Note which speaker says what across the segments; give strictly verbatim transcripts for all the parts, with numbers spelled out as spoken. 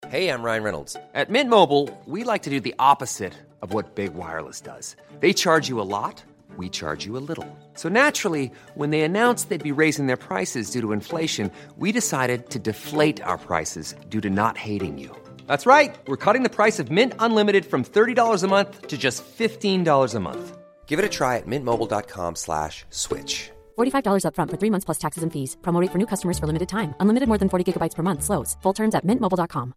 Speaker 1: Hey, I'm Ryan Reynolds. At Mint Mobile, we like to do the opposite of what Big Wireless does. They charge you a lot, we charge you a little. So naturally, when they announced they'd be raising their prices due to inflation, we decided to deflate our prices due to not hating you. That's right. We're cutting the price of Mint Unlimited from thirty dollars a month to just fifteen dollars a month. Give it a try at mintmobile.com slash switch.
Speaker 2: forty-five dollars up front for three months plus taxes and fees. Promo rate for new customers for limited time. Unlimited more than forty gigabytes per month. Slows full terms at mint mobile dot com.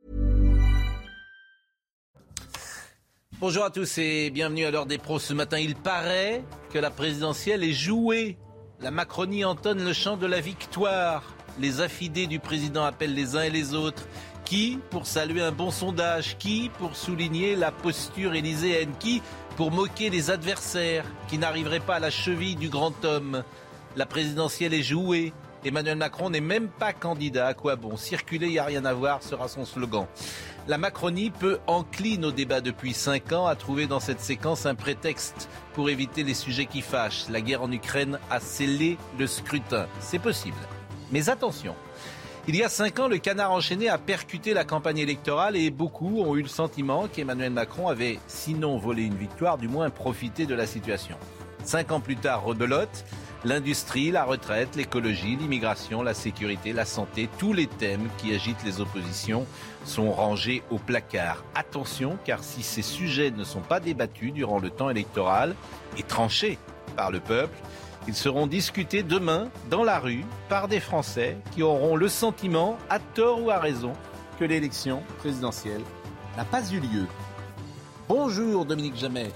Speaker 3: Bonjour à tous et bienvenue à l'heure des pros. Ce matin, il paraît que la présidentielle est jouée. La Macronie entonne le chant de la victoire. Les affidés du président appellent les uns et les autres. Qui pour saluer un bon sondage? Qui pour souligner la posture élyséenne? Qui pour moquer les adversaires qui n'arriveraient pas à la cheville du grand homme? La présidentielle est jouée. Emmanuel Macron n'est même pas candidat. À quoi bon? Circuler, il n'y a rien à voir, sera son slogan. La Macronie peut encline au débat depuis cinq ans, a trouvé dans cette séquence un prétexte pour éviter les sujets qui fâchent. La guerre en Ukraine a scellé le scrutin. C'est possible. Mais attention, il y a cinq ans, le canard enchaîné a percuté la campagne électorale et beaucoup ont eu le sentiment qu'Emmanuel Macron avait, sinon volé une victoire, du moins profité de la situation. Cinq ans plus tard, rebelote. L'industrie, la retraite, l'écologie, l'immigration, la sécurité, la santé, tous les thèmes qui agitent les oppositions sont rangés au placard. Attention, car si ces sujets ne sont pas débattus durant le temps électoral et tranchés par le peuple, ils seront discutés demain dans la rue par des Français qui auront le sentiment, à tort ou à raison, que l'élection présidentielle n'a pas eu lieu. Bonjour Dominique Jamais.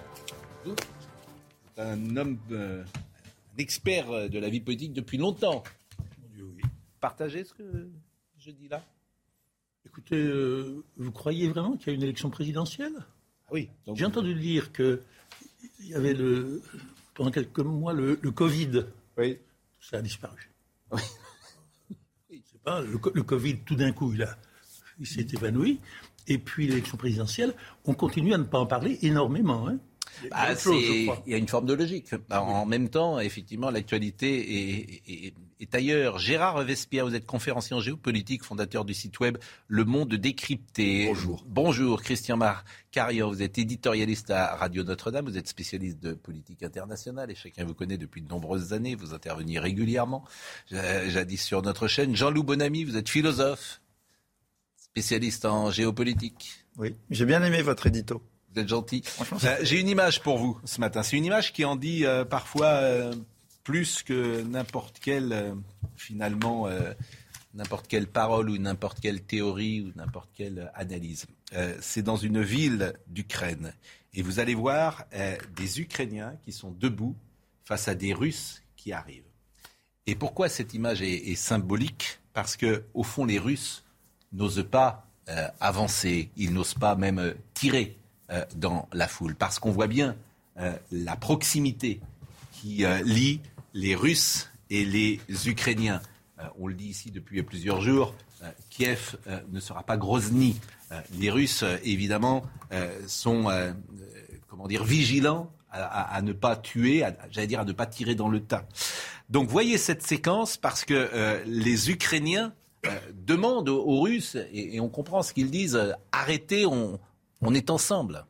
Speaker 3: Un homme... Euh... expert de la vie politique depuis longtemps.
Speaker 4: Oui.
Speaker 3: Partagez ce que je dis là?
Speaker 4: Écoutez, euh, vous croyez vraiment qu'il y a une élection présidentielle?
Speaker 3: Ah oui. Donc
Speaker 4: J'ai entendu dire qu'il y avait le, pendant quelques mois le, le Covid.
Speaker 3: Oui.
Speaker 4: Ça a disparu.
Speaker 3: Oui.
Speaker 4: C'est pas, le, le Covid, tout d'un coup, il, a, il s'est évanoui. Et puis l'élection présidentielle, on continue à ne pas en parler énormément, hein.
Speaker 3: Bah,
Speaker 4: chose,
Speaker 3: il y a une forme de logique. En même temps, effectivement, l'actualité est, est, est ailleurs. Gérard Vespierre, vous êtes conférencier en géopolitique, fondateur du site web Le Monde Décrypté.
Speaker 5: Bonjour.
Speaker 3: Bonjour, Christian Marcarian. Vous êtes éditorialiste à Radio Notre-Dame. Vous êtes spécialiste de politique internationale et chacun vous connaît depuis de nombreuses années. Vous intervenez régulièrement, jadis sur notre chaîne. Jean-Loup Bonamy, vous êtes philosophe, spécialiste en géopolitique.
Speaker 5: Oui, j'ai bien aimé votre édito.
Speaker 3: Vous êtes gentil. Euh, j'ai une image pour vous ce matin. C'est une image qui en dit euh, parfois euh, plus que n'importe quelle, euh, finalement, euh, n'importe quelle parole ou n'importe quelle théorie ou n'importe quelle analyse. Euh, c'est dans une ville d'Ukraine. Et vous allez voir euh, des Ukrainiens qui sont debout face à des Russes qui arrivent. Et pourquoi cette image est, est symbolique? Parce que, au fond, les Russes n'osent pas euh, avancer. Ils n'osent pas même euh, tirer dans la foule, parce qu'on voit bien euh, la proximité qui euh, lie les Russes et les Ukrainiens. Euh, on le dit ici depuis plusieurs jours, euh, Kiev euh, ne sera pas Grozny. Euh, les Russes, euh, évidemment, euh, sont euh, euh, comment dire, vigilants à, à, à ne pas tuer, à, j'allais dire à ne pas tirer dans le tas. Donc voyez cette séquence, parce que euh, les Ukrainiens euh, demandent aux, aux Russes, et, et on comprend ce qu'ils disent, euh, arrêtez, on On est ensemble.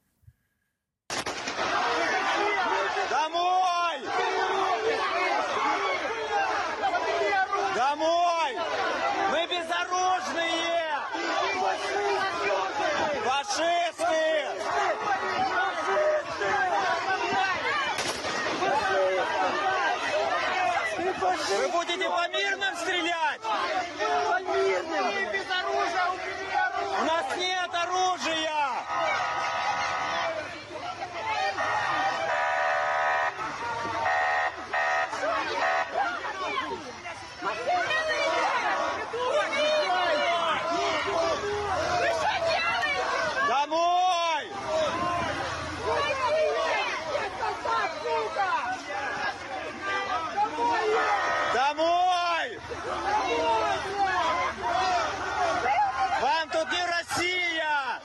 Speaker 6: Вы будете по мирным стрелять? По мирным. Без оружия. У нас нет оружия. Домой! Домой! Вам тут не Россия!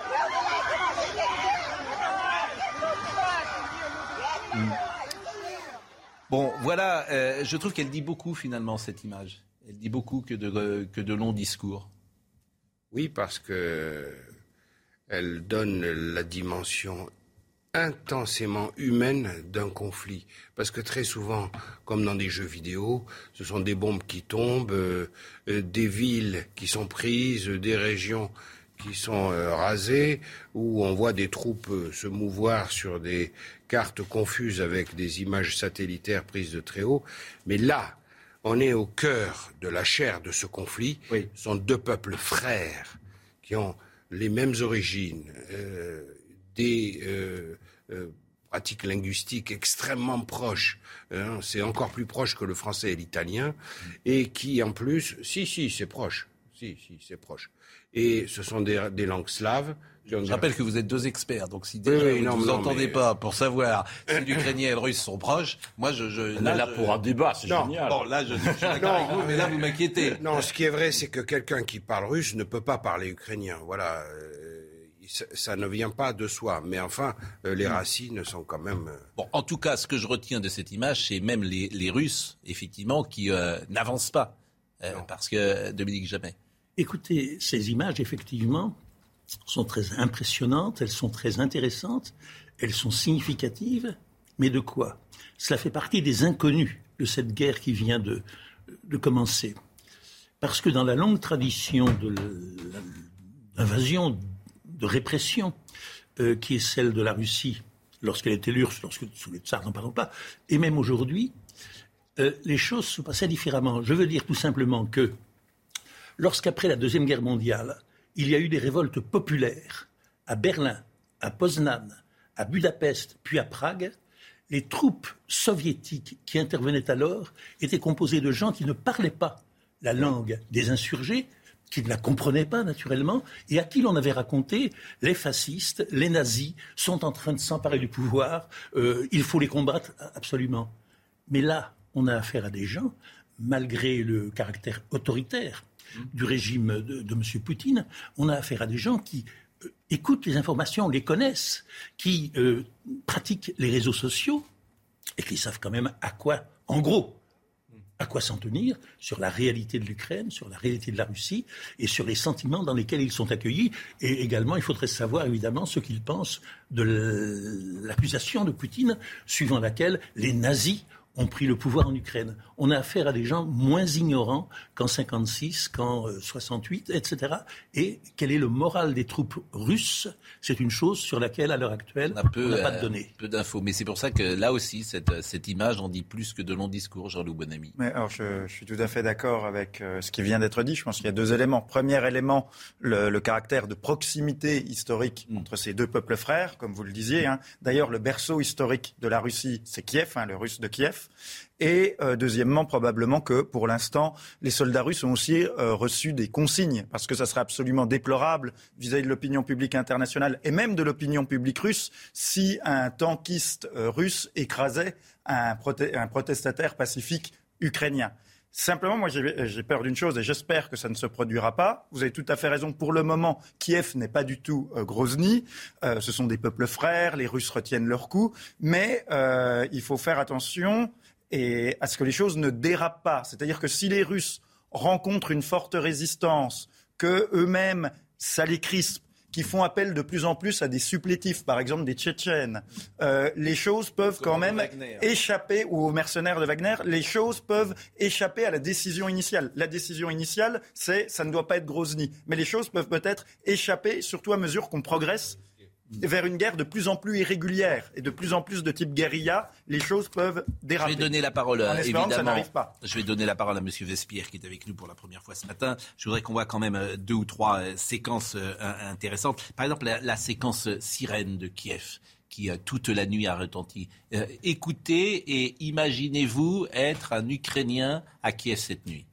Speaker 3: Bon, voilà, euh, je trouve qu'elle dit beaucoup finalement, cette image. Elle dit beaucoup que de, euh, que de longs discours.
Speaker 7: Oui, parce que elle donne la dimension intensément humaine d'un conflit. Parce que très souvent, comme dans des jeux vidéo, ce sont des bombes qui tombent, euh, euh, des villes qui sont prises, euh, des régions qui sont euh, rasées, où on voit des troupes euh, se mouvoir sur des cartes confuses avec des images satellitaires prises de très haut. Mais là, on est au cœur de la chair de ce conflit. Oui. Ce sont deux peuples frères qui ont les mêmes origines, euh, des euh, euh, pratiques linguistiques extrêmement proches, hein, c'est encore plus proche que le français et l'italien, et qui en plus, si, si, c'est proche, si, si, c'est proche. Et ce sont des, des langues slaves.
Speaker 3: Je rappelle que vous êtes deux experts, donc si déjà oui, vous ne vous non, entendez mais... pas pour savoir si l'Ukrainien et le Russe sont proches, moi je... je
Speaker 8: On est là je... pour un débat, c'est non. génial.
Speaker 3: Bon, là je, je suis d'accord avec vous, mais là vous m'inquiétez.
Speaker 7: Non, ce qui est vrai, c'est que quelqu'un qui parle russe ne peut pas parler ukrainien, voilà. Ça, ça ne vient pas de soi, mais enfin, euh, les racines sont quand même... Euh...
Speaker 3: Bon, en tout cas, ce que je retiens de cette image, c'est même les, les Russes, effectivement, qui euh, n'avancent pas, euh, parce que, Dominique Jamais.
Speaker 4: Écoutez, ces images, effectivement, sont très impressionnantes, elles sont très intéressantes, elles sont significatives, mais de quoi ? Cela fait partie des inconnus de cette guerre qui vient de, de commencer. Parce que dans la longue tradition de l'invasion, de répression, euh, qui est celle de la Russie, lorsqu'elle était l'U R S S, lorsque sous les tsars, n'en parlons pas, et même aujourd'hui, euh, les choses se passaient différemment. Je veux dire tout simplement que, lorsqu'après la Deuxième Guerre mondiale, il y a eu des révoltes populaires à Berlin, à Poznan, à Budapest, puis à Prague, les troupes soviétiques qui intervenaient alors étaient composées de gens qui ne parlaient pas la langue des insurgés, qui ne la comprenaient pas naturellement, et à qui l'on avait raconté les fascistes, les nazis sont en train de s'emparer du pouvoir, euh, il faut les combattre absolument. Mais là, on a affaire à des gens, malgré le caractère autoritaire du régime de, de M. Poutine, on a affaire à des gens qui euh, écoutent les informations, les connaissent, qui euh, pratiquent les réseaux sociaux et qui savent quand même à quoi, en gros, à quoi s'en tenir sur la réalité de l'Ukraine, sur la réalité de la Russie et sur les sentiments dans lesquels ils sont accueillis. Et également, il faudrait savoir évidemment ce qu'ils pensent de l'accusation de Poutine suivant laquelle les nazis ont pris le pouvoir en Ukraine. On a affaire à des gens moins ignorants qu'en cinquante-six, qu'en soixante-huit, et cetera. Et quel est le moral des troupes russes ? C'est une chose sur laquelle, à l'heure actuelle, on n'a pas de données.
Speaker 3: Euh, peu d'infos. Mais c'est pour ça que, là aussi, cette, cette image en dit plus que de longs discours, Jean-Loup Bonamy.
Speaker 5: Mais alors, je, je suis tout à fait d'accord avec euh, ce qui vient d'être dit. Je pense qu'il y a deux éléments. Premier élément, le, le caractère de proximité historique mmh. entre ces deux peuples frères, comme vous le disiez. Hein. D'ailleurs, le berceau historique de la Russie, c'est Kiev, hein, le russe de Kiev. Et euh, deuxièmement, probablement que pour l'instant, les soldats russes ont aussi euh, reçu des consignes, parce que ça serait absolument déplorable vis-à-vis de l'opinion publique internationale et même de l'opinion publique russe si un tankiste euh, russe écrasait un, proté- un protestataire pacifique ukrainien. Simplement, moi, j'ai, j'ai peur d'une chose et j'espère que ça ne se produira pas. Vous avez tout à fait raison. Pour le moment, Kiev n'est pas du tout euh, Grozny. Euh, ce sont des peuples frères. Les Russes retiennent leur coup. Mais euh, il faut faire attention et à ce que les choses ne dérapent pas. C'est-à-dire que si les Russes rencontrent une forte résistance, que eux-mêmes, ça les crispe, qui font appel de plus en plus à des supplétifs, par exemple des Tchétchènes, euh, les choses peuvent Comme quand même Wagner. échapper, ou aux mercenaires de Wagner, les choses peuvent échapper à la décision initiale. La décision initiale, c'est ça ne doit pas être Grozny. Mais les choses peuvent peut-être échapper, surtout à mesure qu'on progresse vers une guerre de plus en plus irrégulière et de plus en plus de type guérilla, les choses peuvent déraper.
Speaker 3: Je vais donner la parole,
Speaker 5: en espérant
Speaker 3: évidemment.
Speaker 5: Que ça n'arrive pas.
Speaker 3: Je vais donner la parole à M. Vespierre qui est avec nous pour la première fois ce matin. Je voudrais qu'on voit quand même deux ou trois séquences intéressantes. Par exemple, la, la séquence sirène de Kiev qui toute la nuit a retenti. Euh, écoutez et imaginez-vous être un Ukrainien à Kiev cette nuit.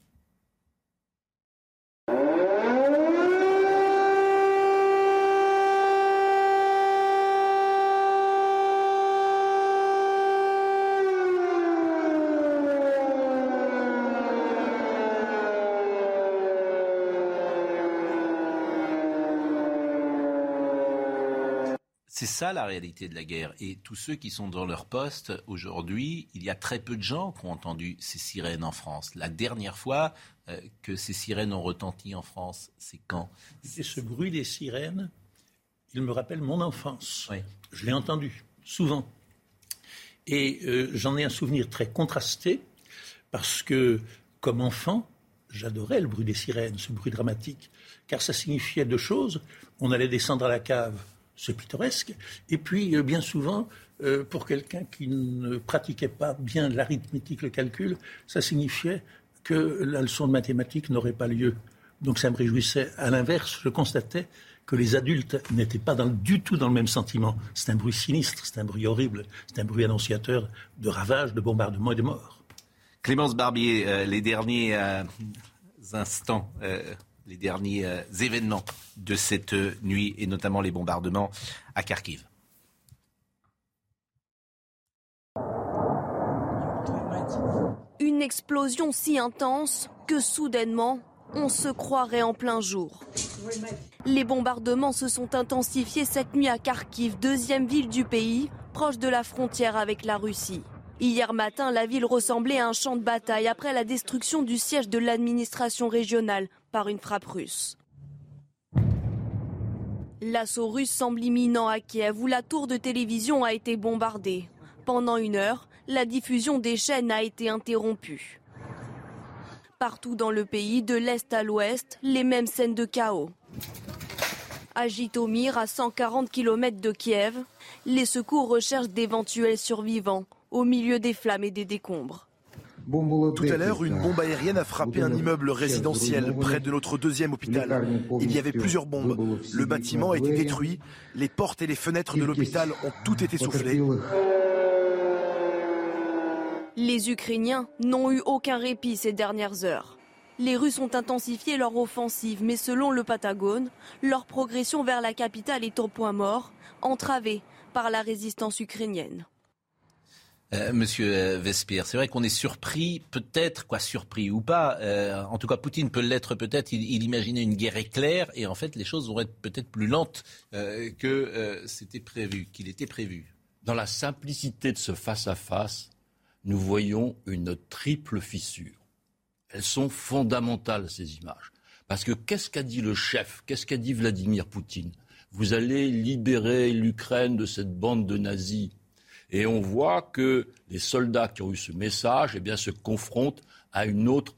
Speaker 3: C'est ça la réalité de la guerre. Et tous ceux qui sont dans leur poste aujourd'hui, il y a très peu de gens qui ont entendu ces sirènes en France. La dernière fois, euh, que ces sirènes ont retenti en France? C'est quand?
Speaker 4: Et ce bruit des sirènes, il me rappelle mon enfance.
Speaker 3: Oui.
Speaker 4: Je l'ai entendu souvent. Et euh, j'en ai un souvenir très contrasté parce que, comme enfant, j'adorais le bruit des sirènes, ce bruit dramatique, car ça signifiait deux choses. On allait descendre à la cave, c'est pittoresque, et puis euh, bien souvent, euh, pour quelqu'un qui ne pratiquait pas bien l'arithmétique, le calcul, ça signifiait que la leçon de mathématiques n'aurait pas lieu. Donc ça me réjouissait. À l'inverse, je constatais que les adultes n'étaient pas dans, du tout dans le même sentiment. C'est un bruit sinistre, c'est un bruit horrible, c'est un bruit annonciateur de ravages, de bombardements et de morts.
Speaker 3: Clémence Barbier, euh, les derniers euh, instants, euh, les derniers euh, événements de cette euh, nuit, et notamment les bombardements à Kharkiv.
Speaker 9: Une explosion si intense que soudainement, on se croirait en plein jour. Les bombardements se sont intensifiés cette nuit à Kharkiv, deuxième ville du pays, proche de la frontière avec la Russie. Hier matin, la ville ressemblait à un champ de bataille après la destruction du siège de l'administration régionale par une frappe russe. L'assaut russe semble imminent à Kiev, où la tour de télévision a été bombardée. Pendant une heure, la diffusion des chaînes a été interrompue. Partout dans le pays, de l'est à l'ouest, les mêmes scènes de chaos. À Jitomir, à cent quarante kilomètres de Kiev, les secours recherchent d'éventuels survivants au milieu des flammes et des décombres.
Speaker 10: Tout à l'heure, une bombe aérienne a frappé un immeuble résidentiel près de notre deuxième hôpital. Il y avait plusieurs bombes. Le bâtiment a été détruit. Les portes et les fenêtres de l'hôpital ont toutes été soufflées.
Speaker 9: Les Ukrainiens n'ont eu aucun répit ces dernières heures. Les Russes ont intensifié leur offensive, mais selon le Pentagone, leur progression vers la capitale est au point mort, entravée par la résistance ukrainienne.
Speaker 3: Euh, Monsieur Vespierre, c'est vrai qu'on est surpris, peut-être, quoi, surpris ou pas, euh, en tout cas Poutine peut l'être peut-être, il, il imaginait une guerre éclair et en fait les choses vont être peut-être plus lentes euh, que euh, c'était prévu, qu'il était prévu.
Speaker 8: Dans la simplicité de ce face-à-face, nous voyons une triple fissure. Elles sont fondamentales, ces images. Parce que qu'est-ce qu'a dit le chef ? Qu'est-ce qu'a dit Vladimir Poutine ? Vous allez libérer l'Ukraine de cette bande de nazis. Et on voit que les soldats qui ont eu ce message eh bien, se confrontent à une autre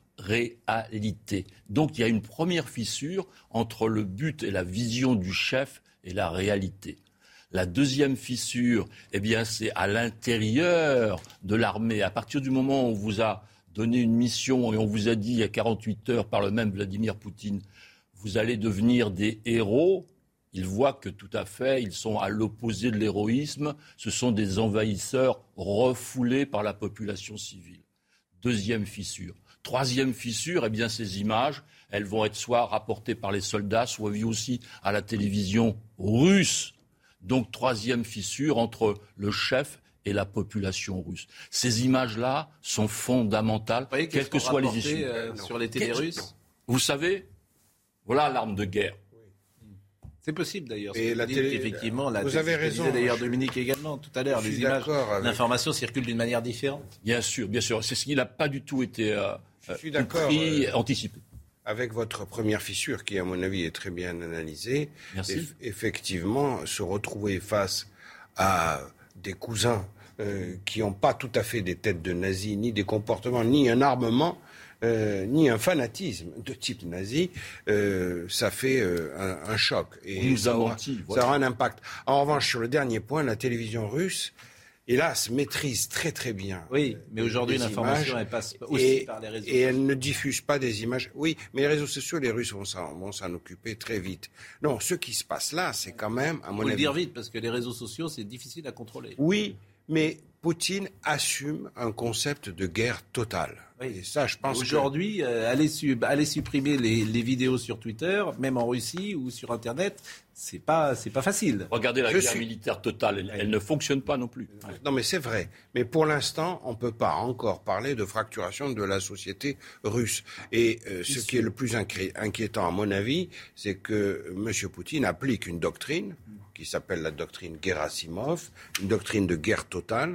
Speaker 8: réalité. Donc il y a une première fissure entre le but et la vision du chef et la réalité. La deuxième fissure, eh bien, c'est à l'intérieur de l'armée. À partir du moment où on vous a donné une mission et on vous a dit il y a quarante-huit heures par le même Vladimir Poutine, vous allez devenir des héros, ils voient que tout à fait, ils sont à l'opposé de l'héroïsme. Ce sont des envahisseurs refoulés par la population civile. Deuxième fissure. Troisième fissure, eh bien, ces images, elles vont être soit rapportées par les soldats, soit vues aussi à la télévision russe. Donc, troisième fissure entre le chef et la population russe. Ces images-là sont fondamentales,
Speaker 3: voyez,
Speaker 8: quelles que soient les issues.
Speaker 3: Euh, sur les télés russes.
Speaker 8: Vous savez, voilà l'arme de guerre.
Speaker 3: C'est possible d'ailleurs.
Speaker 7: Et la télé...
Speaker 3: Effectivement, la
Speaker 7: vous avez raison.
Speaker 3: Disait d'ailleurs Dominique également tout à l'heure. Les images,
Speaker 7: avec...
Speaker 3: l'information circule d'une manière différente.
Speaker 8: Bien sûr, bien sûr. C'est ce qui n'a pas du tout été euh,
Speaker 7: Je suis d'accord,
Speaker 8: pris,
Speaker 7: euh...
Speaker 8: anticipé.
Speaker 7: Avec votre première fissure, qui à mon avis est très bien analysée, eff- effectivement, se retrouver face à des cousins euh, qui n'ont pas tout à fait des têtes de nazis, ni des comportements, ni un armement, euh, ni un fanatisme de type nazi, euh, ça fait euh, un, un choc. Et
Speaker 8: nous
Speaker 7: ça,
Speaker 8: a
Speaker 7: aura,
Speaker 8: menti,
Speaker 7: ça
Speaker 8: voilà.
Speaker 7: aura un impact. En revanche, sur le dernier point, la télévision russe, hélas, maîtrise très très bien.
Speaker 3: Oui, mais aujourd'hui l'information elle passe aussi
Speaker 7: et,
Speaker 3: par les réseaux
Speaker 7: et
Speaker 3: sociaux.
Speaker 7: Et elle ne diffuse pas des images. Oui, mais les réseaux sociaux, les Russes vont s'en, vont s'en occuper très vite. Non, ce qui se passe là, c'est quand même, à mon
Speaker 3: avis... Il faut le dire vite, parce que les réseaux sociaux, c'est difficile à contrôler.
Speaker 7: Oui, mais Poutine assume un concept de guerre totale. Oui. Et ça, je pense
Speaker 3: aujourd'hui, que... euh, aller, su- aller supprimer les, les vidéos sur Twitter, même en Russie ou sur Internet, c'est pas, c'est pas facile.
Speaker 8: Regardez la
Speaker 7: je
Speaker 8: guerre
Speaker 7: suis...
Speaker 8: militaire totale, elle, elle ne fonctionne pas non plus.
Speaker 7: Non, mais c'est vrai. Mais pour l'instant, on ne peut pas encore parler de fracturation de la société russe. Et euh, ce qui est le plus inqui- inquiétant, à mon avis, c'est que M. Poutine applique une doctrine qui s'appelle la doctrine Gerasimov, une doctrine de guerre totale,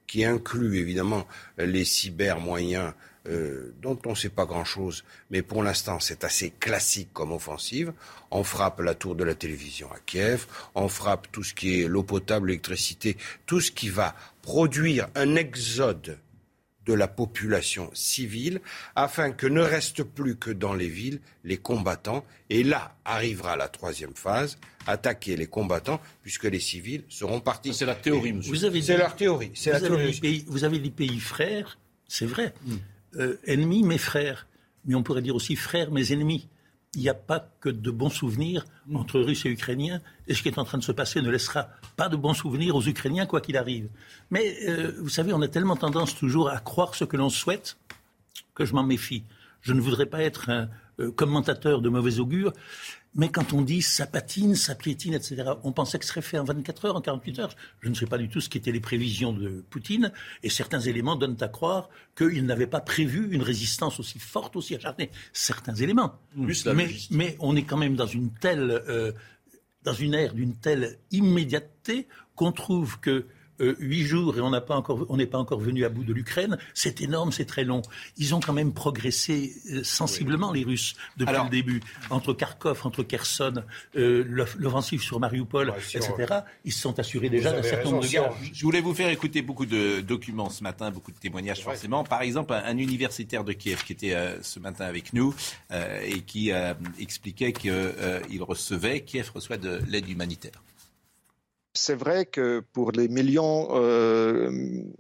Speaker 7: qui inclut évidemment les cybermoyens euh, dont on ne sait pas grand-chose, mais pour l'instant c'est assez classique comme offensive. On frappe la tour de la télévision à Kiev, on frappe tout ce qui est l'eau potable, l'électricité, tout ce qui va produire un exode de la population civile, afin que ne restent plus que dans les villes les combattants. Et là arrivera la troisième phase, attaquer les combattants, puisque les civils seront partis.
Speaker 8: C'est la théorie, monsieur.
Speaker 4: Vous avez
Speaker 7: c'est
Speaker 4: dit,
Speaker 7: leur théorie. C'est
Speaker 4: vous,
Speaker 7: la
Speaker 4: avez
Speaker 7: théorie.
Speaker 4: des pays, vous avez des pays frères, c'est vrai. Mm. Euh, ennemis, mais frères. Mais on pourrait dire aussi frères, mais ennemis. Il n'y a pas que de bons souvenirs entre Russes et Ukrainiens. Et ce qui est en train de se passer ne laissera pas de bons souvenirs aux Ukrainiens, quoi qu'il arrive. Mais euh, vous savez, on a tellement tendance toujours à croire ce que l'on souhaite que je m'en méfie. Je ne voudrais pas être un euh, commentateur de mauvais augure, mais quand on dit ça patine, ça piétine, et cetera, on pensait que ce serait fait en vingt-quatre heures, en quarante-huit heures. Je ne sais pas du tout ce qu'étaient les prévisions de Poutine, et certains éléments donnent à croire qu'il n'avait pas prévu une résistance aussi forte, aussi acharnée. Certains éléments.
Speaker 8: Plus la
Speaker 4: mais, mais on est quand même dans une telle, euh, dans une ère d'une telle immédiateté qu'on trouve que Euh, huit jours et on n'a pas encore, on n'est pas encore venu à bout de l'Ukraine. C'est énorme, c'est très long. Ils ont quand même progressé euh, sensiblement, oui. les Russes, depuis Alors, le début. Entre Kharkov, entre Kherson, euh, l'offensive sur Mariupol, ouais, et cetera. Ils se sont assurés déjà d'un certain nombre de gages.
Speaker 3: Je voulais vous faire écouter beaucoup de documents ce matin, beaucoup de témoignages ouais. forcément. Par exemple, un, un universitaire de Kiev qui était euh, ce matin avec nous euh, et qui euh, expliquait qu'il euh, recevait, Kiev reçoit de l'aide humanitaire.
Speaker 11: C'est vrai que pour les millions euh,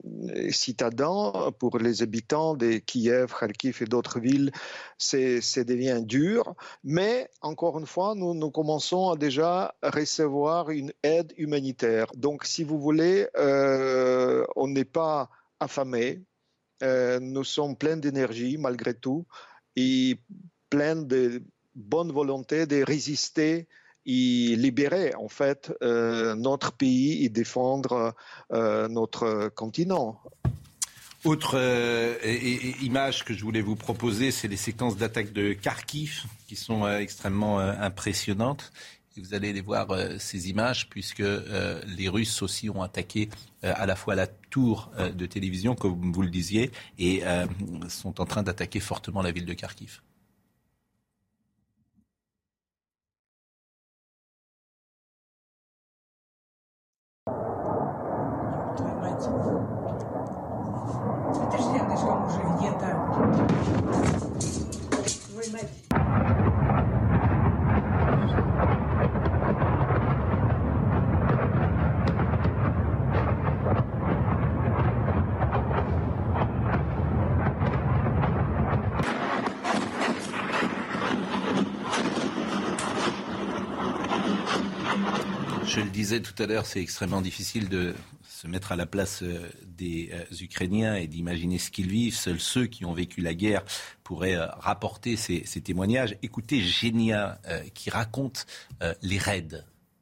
Speaker 11: citadins, pour les habitants de Kiev, Kharkiv et d'autres villes, c'est, ça devient dur. Mais encore une fois, nous, nous commençons à déjà recevoir une aide humanitaire. Donc, si vous voulez, euh, on n'est pas affamés. Euh, nous sommes pleins d'énergie malgré tout et pleins de bonne volonté de résister et libérer en fait euh, notre pays et défendre euh, notre continent.
Speaker 3: Autre euh, et, et, image que je voulais vous proposer, c'est les séquences d'attaque de Kharkiv qui sont euh, extrêmement euh, impressionnantes. Et vous allez les voir euh, ces images puisque euh, les Russes aussi ont attaqué euh, à la fois la tour euh, de télévision, comme vous le disiez, et euh, sont en train d'attaquer fortement la ville de Kharkiv.
Speaker 12: Это же рядышком уже где-то. Твою мать.
Speaker 3: Je le disais tout à l'heure, c'est extrêmement difficile de se mettre à la place des Ukrainiens et d'imaginer ce qu'ils vivent. Seuls ceux qui ont vécu la guerre pourraient rapporter ces, ces témoignages. Écoutez Génia euh, qui raconte euh, les raids.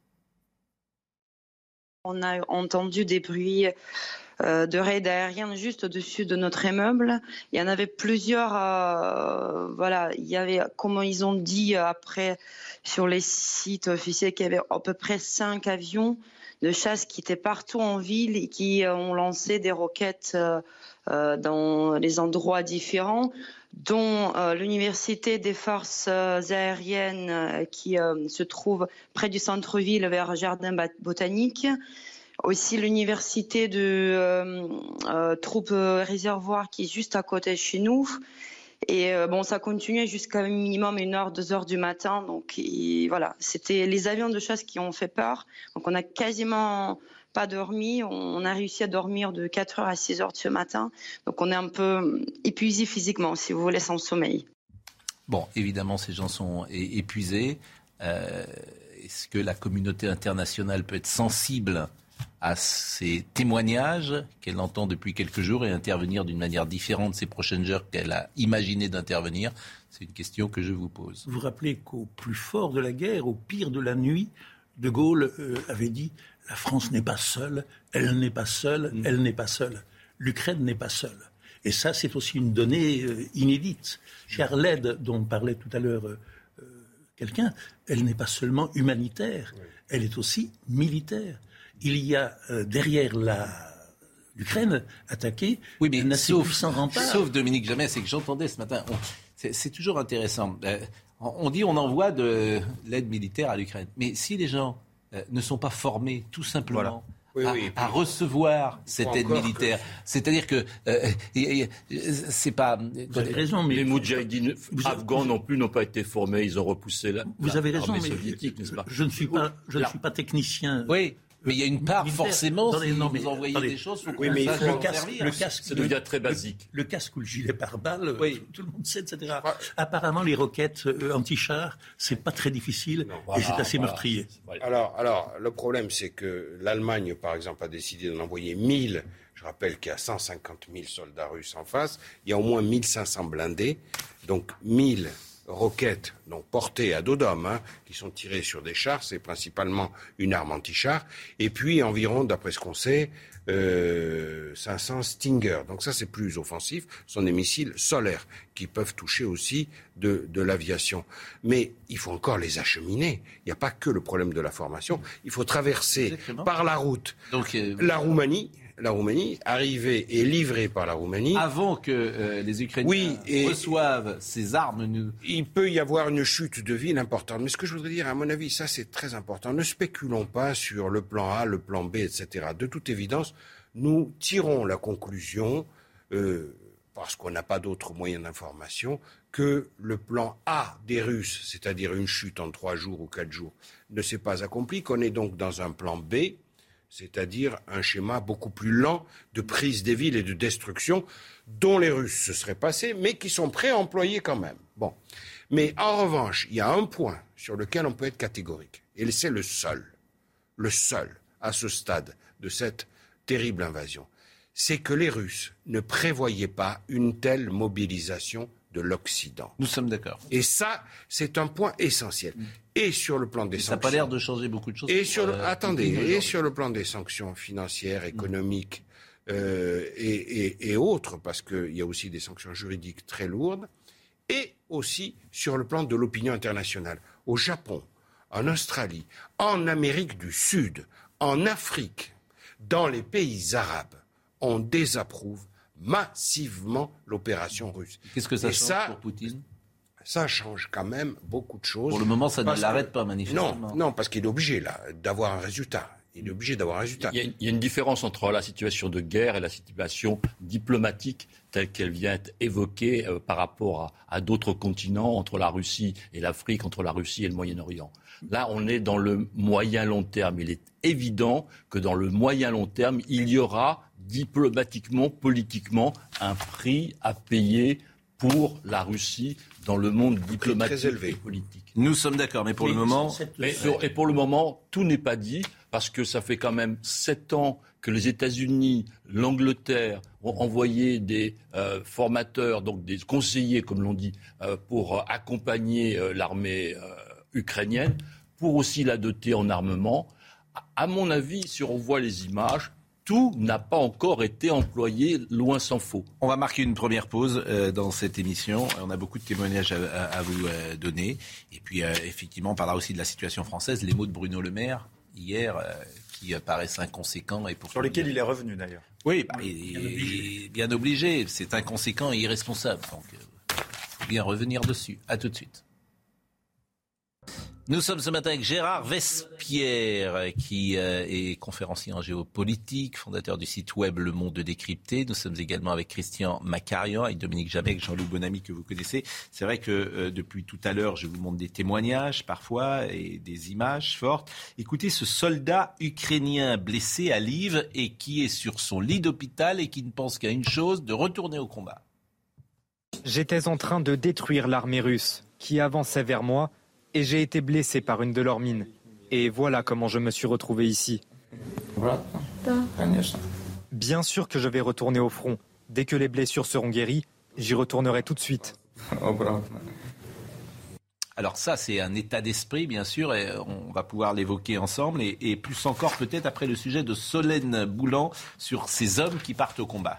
Speaker 13: On a entendu des bruits euh, de raids aériens juste au-dessus de notre immeuble. Il y en avait plusieurs. Euh, voilà, il y avait, comme ils ont dit après sur les sites officiels, qu'il y avait à peu près cinq avions de chasse qui étaient partout en ville et qui ont lancé des roquettes euh, euh, dans les endroits différents, dont euh, l'université des forces euh, aériennes euh, qui euh, se trouve près du centre-ville vers Jardin botanique. Aussi l'université de euh, euh, troupes réservoirs qui est juste à côté de chez nous. Et euh, bon, ça continuait jusqu'à un minimum une heure, deux heures du matin. Donc et, voilà, c'était les avions de chasse qui ont fait peur. Donc on n'a quasiment pas dormi. On, on a réussi à dormir de quatre heures à six heures ce matin. Donc on est un peu épuisé physiquement, si vous voulez, sans sommeil.
Speaker 3: Bon, évidemment, ces gens sont é- épuisés. Euh, est-ce que la communauté internationale peut être sensible à ces témoignages qu'elle entend depuis quelques jours et intervenir d'une manière différente ces prochaines heures qu'elle a imaginé d'intervenir? C'est une question que je vous pose.
Speaker 4: Vous vous rappelez qu'au plus fort de la guerre, au pire de la nuit, De Gaulle euh, avait dit « La France n'est pas seule, elle n'est pas seule, mmh. elle n'est pas seule. L'Ukraine n'est pas seule. » Et ça, c'est aussi une donnée euh, inédite. Car l'aide dont parlait tout à l'heure euh, quelqu'un, elle n'est pas seulement humanitaire, oui. elle est aussi militaire. Il y a euh, derrière la, l'Ukraine attaquée
Speaker 3: oui, mais
Speaker 4: n'a
Speaker 3: sauf,
Speaker 4: sans rempart.
Speaker 3: Sauf Dominique Jamais, c'est que j'entendais ce matin. On, c'est, c'est toujours intéressant. Euh, on dit on envoie de l'aide militaire à l'Ukraine. Mais si les gens euh, ne sont pas formés, tout simplement. Voilà. Oui, à, oui, à recevoir cette aide militaire. Que... C'est-à-dire que euh, c'est pas...
Speaker 8: Vous avez raison, mais... Les Moudjahidines afghans non plus n'ont pas été formés, ils ont repoussé la
Speaker 4: Vous
Speaker 8: la,
Speaker 4: avez raison, mais
Speaker 8: soviétique, n'est-ce pas?
Speaker 4: Je ne suis pas, je ne suis pas technicien.
Speaker 3: Oui. Mais il y a une part, militaire. Forcément,
Speaker 4: attendez,
Speaker 3: si
Speaker 4: non, mais,
Speaker 3: vous envoyez attendez. Des choses, il faut
Speaker 4: oui,
Speaker 3: qu'on
Speaker 4: mais
Speaker 3: sache
Speaker 4: le
Speaker 3: en
Speaker 4: casque,
Speaker 3: servir.
Speaker 4: Le casque,
Speaker 8: ça devient très basique.
Speaker 4: Le, le casque ou le gilet pare-balles,
Speaker 3: oui.
Speaker 4: tout le monde sait, et cetera. Ouais. Apparemment, les roquettes euh, anti-chars, c'est pas très difficile non, voilà, et c'est assez voilà. meurtrier.
Speaker 7: Alors, alors, le problème, c'est que l'Allemagne, par exemple, a décidé d'en envoyer mille. Je rappelle qu'il y a cent cinquante mille soldats russes en face. Il y a au moins mille cinq cents blindés. Donc, mille roquettes, donc portées à dos d'homme, hein, qui sont tirées sur des chars, c'est principalement une arme anti-char, et puis environ, d'après ce qu'on sait, euh, cinq cents Stinger. Donc ça, c'est plus offensif, ce sont des missiles solaires qui peuvent toucher aussi de, de l'aviation. Mais il faut encore les acheminer. Il n'y a pas que le problème de la formation. Il faut traverser Exactement. Par la route donc, euh, la Roumanie. La Roumanie, arrivée et livrée par la Roumanie...
Speaker 3: Avant que euh, les Ukrainiens
Speaker 7: oui, et
Speaker 3: reçoivent ces armes... Nous...
Speaker 7: Il peut y avoir une chute de ville importante. Mais ce que je voudrais dire, à mon avis, ça c'est très important. Ne spéculons pas sur le plan A, le plan B, et cetera. De toute évidence, nous tirons la conclusion, euh, parce qu'on n'a pas d'autres moyens d'information, que le plan A des Russes, c'est-à-dire une chute en trois jours ou quatre jours, ne s'est pas accompli, qu'on est donc dans un plan B, c'est-à-dire un schéma beaucoup plus lent de prise des villes et de destruction dont les Russes se seraient passés, mais qui sont prêts à employer quand même. Bon. Mais en revanche, il y a un point sur lequel on peut être catégorique, et c'est le seul, le seul à ce stade de cette terrible invasion, c'est que les Russes ne prévoyaient pas une telle mobilisation de l'Occident.
Speaker 3: Nous sommes d'accord.
Speaker 7: Et ça, c'est un point essentiel. Et sur le plan des
Speaker 3: et
Speaker 7: sanctions...
Speaker 3: Ça n'a pas l'air de changer beaucoup de choses.
Speaker 7: Et sur le,
Speaker 3: euh,
Speaker 7: attendez, et sur le plan des sanctions financières, économiques euh, et, et, et autres, parce qu'il y a aussi des sanctions juridiques très lourdes, et aussi sur le plan de l'opinion internationale. Au Japon, en Australie, en Amérique du Sud, en Afrique, dans les pays arabes, on désapprouve massivement l'opération russe.
Speaker 3: Qu'est-ce que ça
Speaker 7: et
Speaker 3: change
Speaker 7: ça,
Speaker 3: pour Poutine ?
Speaker 7: Ça change quand même beaucoup de choses.
Speaker 3: Pour le moment, ça ne l'arrête
Speaker 7: que...
Speaker 3: pas, manifestement.
Speaker 7: Non, non, parce qu'il est obligé là, d'avoir un résultat. Il est obligé d'avoir un résultat.
Speaker 8: Il y, a, il y a une différence entre la situation de guerre et la situation diplomatique telle qu'elle vient être évoquée euh, par rapport à, à d'autres continents, entre la Russie et l'Afrique, entre la Russie et le Moyen-Orient. Là, on est dans le moyen-long terme. Il est évident que dans le moyen-long terme, il y aura diplomatiquement, politiquement, un prix à payer pour la Russie dans le monde diplomatique
Speaker 7: très élevé.
Speaker 8: Et politique.
Speaker 3: Nous sommes d'accord, mais pour mais le moment...
Speaker 8: Mais, et pour le moment, tout n'est pas dit, parce que ça fait quand même sept ans que les États-Unis, l'Angleterre ont envoyé des euh, formateurs, donc des conseillers, comme l'on dit, euh, pour euh, accompagner euh, l'armée euh, ukrainienne, pour aussi la doter en armement. À mon avis, si on voit les images, tout n'a pas encore été employé, loin s'en faut.
Speaker 3: On va marquer une première pause euh, dans cette émission. On a beaucoup de témoignages à, à, à vous euh, donner. Et puis, euh, effectivement, on parlera aussi de la situation française. Les mots de Bruno Le Maire, hier, euh, qui euh, paraissent inconséquents. Et pour
Speaker 5: Sur lesquels il est revenu, d'ailleurs.
Speaker 3: Oui, bah, il, bien, il, obligé. bien obligé. C'est inconséquent et irresponsable. Donc, il euh, faut bien revenir dessus. À tout de suite. Nous sommes ce matin avec Gérard Vespierre, qui euh, est conférencier en géopolitique, fondateur du site web Le Monde Décrypté. Nous sommes également avec Christian Macarian, avec Dominique Jamais, avec Jean-Loup Bonamy que vous connaissez. C'est vrai que euh, depuis tout à l'heure, je vous montre des témoignages parfois et des images fortes. Écoutez ce soldat ukrainien blessé à Lviv et qui est sur son lit d'hôpital et qui ne pense qu'à une chose, de retourner au combat.
Speaker 14: J'étais en train de détruire l'armée russe qui avançait vers moi. Et j'ai été blessé par une de leurs mines. Et voilà comment je me suis retrouvé ici. Bien sûr que je vais retourner au front. Dès que les blessures seront guéries, j'y retournerai tout de suite.
Speaker 3: Alors ça, c'est un état d'esprit, bien sûr, et on va pouvoir l'évoquer ensemble, et, et plus encore peut-être après le sujet de Solène Boulan sur ces hommes qui partent au combat.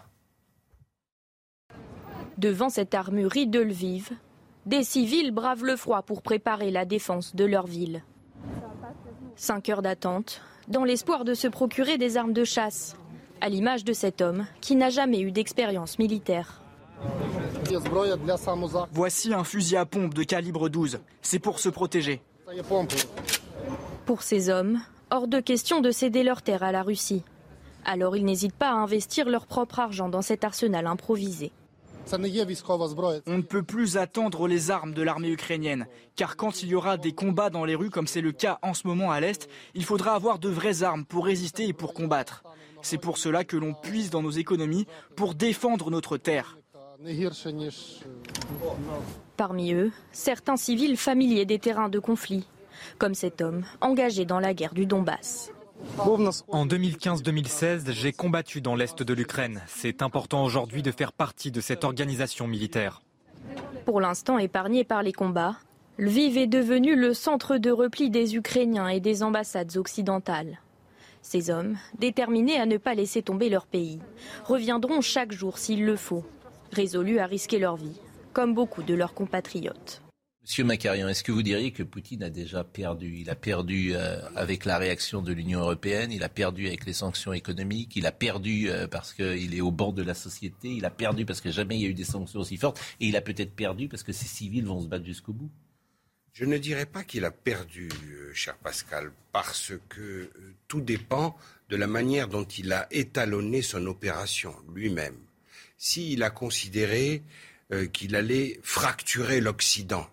Speaker 15: Devant cette armurerie de Lviv, des civils bravent le froid pour préparer la défense de leur ville. Cinq heures d'attente, dans l'espoir de se procurer des armes de chasse. À l'image de cet homme qui n'a jamais eu d'expérience militaire.
Speaker 16: Voici un fusil à pompe de calibre douze. C'est pour se protéger.
Speaker 15: Pour ces hommes, hors de question de céder leur terre à la Russie. Alors ils n'hésitent pas à investir leur propre argent dans cet arsenal improvisé.
Speaker 16: On ne peut plus attendre les armes de l'armée ukrainienne, car quand il y aura des combats dans les rues, comme c'est le cas en ce moment à l'Est, il faudra avoir de vraies armes pour résister et pour combattre. C'est pour cela que l'on puise dans nos économies pour défendre notre terre.
Speaker 15: Parmi eux, certains civils familiers des terrains de conflit, comme cet homme engagé dans la guerre du Donbass.
Speaker 14: En deux mille quinze deux mille seize, j'ai combattu dans l'est de l'Ukraine. C'est important aujourd'hui de faire partie de cette organisation militaire.
Speaker 15: Pour l'instant épargné par les combats, Lviv est devenu le centre de repli des Ukrainiens et des ambassades occidentales. Ces hommes, déterminés à ne pas laisser tomber leur pays, reviendront chaque jour s'il le faut, résolus à risquer leur vie, comme beaucoup de leurs compatriotes.
Speaker 3: Monsieur Makarian, est-ce que vous diriez que Poutine a déjà perdu ? Il a perdu euh, avec la réaction de l'Union européenne, il a perdu avec les sanctions économiques, il a perdu euh, parce qu'il est au bord de la société, il a perdu parce que jamais il y a eu des sanctions aussi fortes, et il a peut-être perdu parce que ces civils vont se battre jusqu'au bout.
Speaker 7: Je ne dirais pas qu'il a perdu, euh, cher Pascal, parce que euh, tout dépend de la manière dont il a étalonné son opération lui-même. S'il a considéré euh, qu'il allait fracturer l'Occident,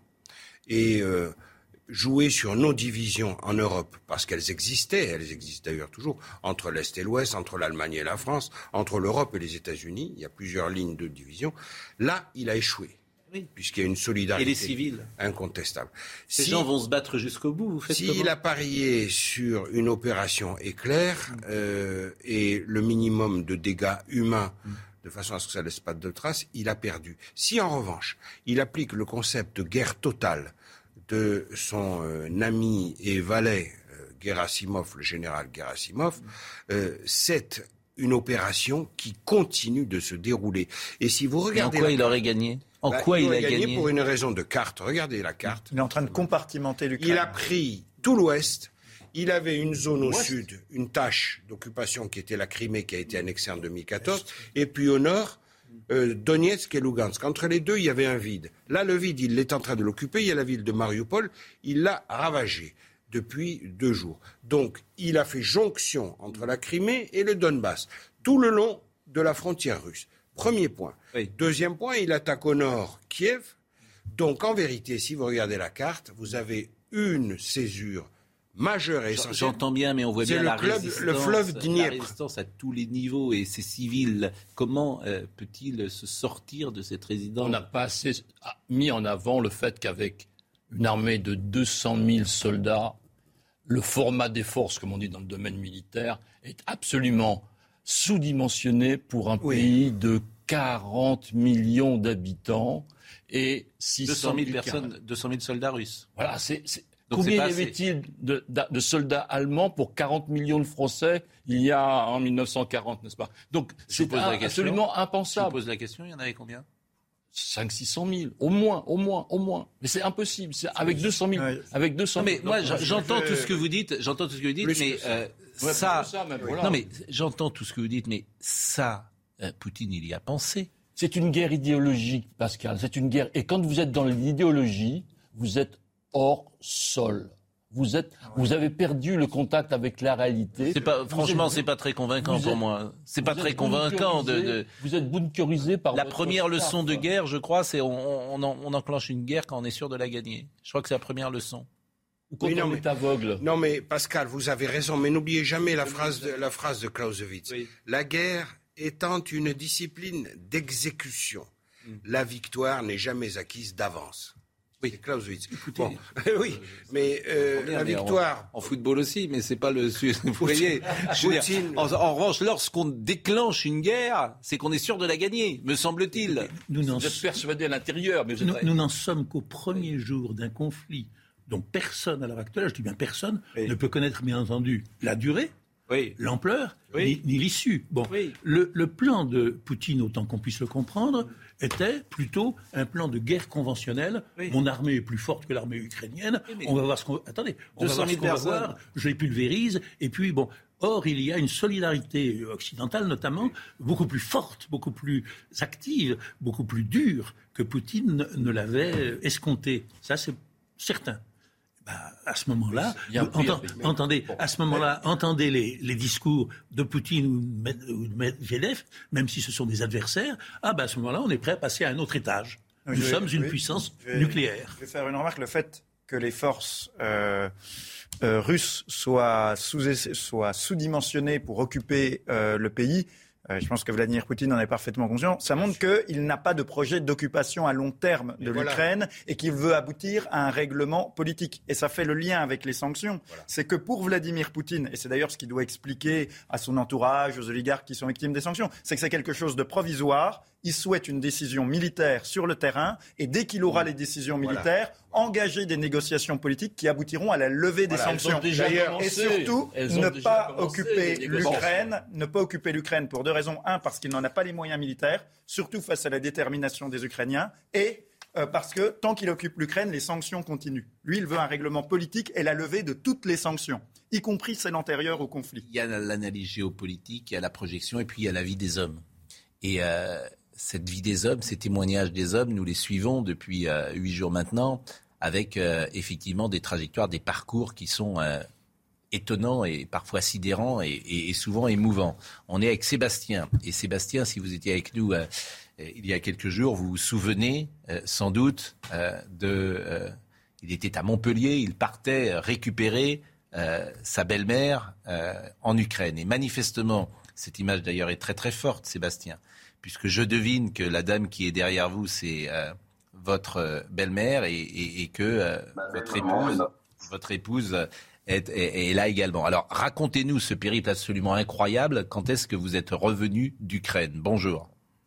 Speaker 7: et euh, jouer sur nos divisions en Europe, parce qu'elles existaient, elles existent d'ailleurs toujours, entre l'Est et l'Ouest, entre l'Allemagne et la France, entre l'Europe et les États-Unis, il y a plusieurs lignes de division. Là, il a échoué, oui. Puisqu'il y a une solidarité
Speaker 3: et les civils
Speaker 7: incontestable.
Speaker 3: Ces
Speaker 7: si,
Speaker 3: gens vont se battre jusqu'au bout, vous faites
Speaker 7: S'il a parié sur une opération éclair euh, et le minimum de dégâts humains, mmh. de façon à ce que ça ne laisse pas de traces, il a perdu. Si en revanche, il applique le concept de guerre totale de son euh, ami et valet euh, Gerasimov, le général Gerasimov, euh, c'est une opération qui continue de se dérouler. Et si vous regardez...
Speaker 3: Et en quoi il aurait gagné En
Speaker 7: bah,
Speaker 3: quoi il,
Speaker 7: il
Speaker 3: a
Speaker 7: gagné,
Speaker 3: gagné
Speaker 7: pour une raison de carte. Regardez la carte.
Speaker 5: Il est en train de compartimenter l'Ukraine.
Speaker 7: Il a pris tout l'Ouest. Il avait une zone au
Speaker 5: Ouest.
Speaker 7: sud, une tâche d'occupation qui était la Crimée, qui a été annexée en deux mille quatorze. Et puis au nord, euh, Donetsk et Lugansk. Entre les deux, il y avait un vide. Là, le vide, il est en train de l'occuper. Il y a la ville de Mariupol. Il l'a ravagée depuis deux jours. Donc, il a fait jonction entre la Crimée et le Donbass, tout le long de la frontière russe. Premier point. Oui. Deuxième point, il attaque au nord Kiev. Donc, en vérité, si vous regardez la carte, vous avez une césure majeure et essentielle.
Speaker 3: J'entends bien, mais on voit bien
Speaker 7: le
Speaker 3: la,
Speaker 7: club,
Speaker 3: résistance,
Speaker 7: le fleuve Dniepr.
Speaker 3: La résistance à tous les niveaux. Et ces civils, comment euh, peut-il se sortir de cette résidence ?
Speaker 8: On n'a pas assez mis en avant le fait qu'avec une armée de deux cent mille soldats, le format des forces, comme on dit dans le domaine militaire, est absolument sous-dimensionné pour un oui. pays de quarante millions d'habitants et six cent mille
Speaker 3: personnes, deux cent mille soldats russes.
Speaker 8: Voilà, c'est... c'est... Donc combien y avait-il de, de, de soldats allemands pour quarante millions de Français il y a en mille neuf cent quarante, n'est-ce pas ? Donc c'est un, absolument impensable.
Speaker 3: Je vous pose la question, il y en avait combien ?
Speaker 8: cinq cents à six cents mille, au moins, au moins, au moins. Mais c'est impossible, c'est avec deux cent mille. Ouais. Avec deux cents
Speaker 3: non, mais
Speaker 8: mille.
Speaker 3: moi, donc, j'entends tout ce que vous dites, j'entends tout ce que vous dites, mais que euh, ouais, ça... ça même, voilà. Non mais j'entends tout ce que vous dites, mais ça, euh, Poutine, il y a pensé.
Speaker 8: C'est une guerre idéologique, Pascal, c'est une guerre... Et quand vous êtes dans l'idéologie, vous êtes hors sol. Vous êtes, vous avez perdu le contact avec la réalité.
Speaker 3: C'est pas, franchement, êtes, c'est pas très convaincant pour êtes, moi. C'est pas très convaincant de, de.
Speaker 8: Vous êtes bunkerisé par.
Speaker 3: La première staff, leçon de guerre, je crois, c'est on, on, on enclenche une guerre quand on est sûr de la gagner. Je crois que c'est la première leçon.
Speaker 8: Ou quand oui, on non, est mais, aveugle.
Speaker 7: Non mais Pascal, vous avez raison, mais n'oubliez jamais la phrase de, la phrase de Clausewitz. Oui. La guerre étant une discipline d'exécution, hum. la victoire n'est jamais acquise d'avance. Oui, Clausewitz.
Speaker 3: Écoutez,
Speaker 7: bon, oui, mais euh, la victoire...
Speaker 3: En, en football aussi, mais c'est pas le... Vous voyez, je veux dire, en, en revanche, lorsqu'on déclenche une guerre, c'est qu'on est sûr de la gagner, me semble-t-il.
Speaker 8: Nous vous êtes persuadé à l'intérieur. Mais vous
Speaker 4: nous,
Speaker 8: êtes...
Speaker 4: nous n'en sommes qu'au premier jour d'un conflit dont personne, à l'heure actuelle, je dis bien personne, oui. ne peut connaître, bien entendu, la durée, oui. l'ampleur, oui. ni, ni l'issue. Bon, oui. le, le plan de Poutine, autant qu'on puisse le comprendre, était plutôt un plan de guerre conventionnelle. Oui. Mon armée est plus forte que l'armée ukrainienne. Oui, on va voir ce qu'on... Attendez, on va voir ce qu'on va voir. Je les pulvérise. Et puis, bon, Or, il y a une solidarité occidentale, notamment, beaucoup plus forte, beaucoup plus active, beaucoup plus dure que Poutine ne l'avait escompté. Ça, c'est certain. Bah, à ce moment-là, entend, entendez, à ce moment-là, entendez les, les discours de Poutine ou de Medvedev, même si ce sont des adversaires. Ah, bah, à ce moment-là, on est prêt à passer à un autre étage. Nous
Speaker 5: je
Speaker 4: sommes
Speaker 5: vais,
Speaker 4: une
Speaker 5: oui,
Speaker 4: puissance
Speaker 5: je vais,
Speaker 4: nucléaire.
Speaker 5: Je vais faire une remarque. Le fait que les forces euh, euh, russes soient, sous, soient sous-dimensionnées pour occuper euh, le pays, euh, je pense que Vladimir Poutine en est parfaitement conscient, ça montre qu'il n'a pas de projet d'occupation à long terme de voilà. l'Ukraine et qu'il veut aboutir à un règlement politique. Et ça fait le lien avec les sanctions. Voilà. C'est que pour Vladimir Poutine, et c'est d'ailleurs ce qu'il doit expliquer à son entourage, aux oligarques qui sont victimes des sanctions, c'est que c'est quelque chose de provisoire. Il souhaite une décision militaire sur le terrain et dès qu'il aura les décisions militaires, voilà. engager des négociations politiques qui aboutiront à la levée des voilà, sanctions. Et surtout, ne pas occuper l'Ukraine, ne pas occuper l'Ukraine pour deux raisons. Un, parce qu'il n'en a pas les moyens militaires, surtout face à la détermination des Ukrainiens, et euh, parce que tant qu'il occupe l'Ukraine, les sanctions continuent. Lui, il veut un règlement politique et la levée de toutes les sanctions, y compris celles antérieures au conflit.
Speaker 3: Il y a l'analyse géopolitique, il y a la projection et puis il y a la vie des hommes. Et euh, cette vie des hommes, ces témoignages des hommes, nous les suivons depuis euh, huit jours maintenant, avec euh, effectivement des trajectoires, des parcours qui sont euh, étonnants et parfois sidérants et, et, et souvent émouvants. On est avec Sébastien. Et Sébastien, si vous étiez avec nous euh, il y a quelques jours, vous vous souvenez euh, sans doute euh, de... Euh, il était à Montpellier, il partait récupérer euh, sa belle-mère euh, en Ukraine. Et manifestement, cette image d'ailleurs est très très forte, Sébastien, puisque je devine que la dame qui est derrière vous, c'est euh, votre euh, belle-mère et, et, et que euh, votre épouse, votre épouse est, est, est là également. Alors, racontez-nous ce périple absolument incroyable. Quand est-ce que vous êtes revenu d'Ukraine ? Bonjour.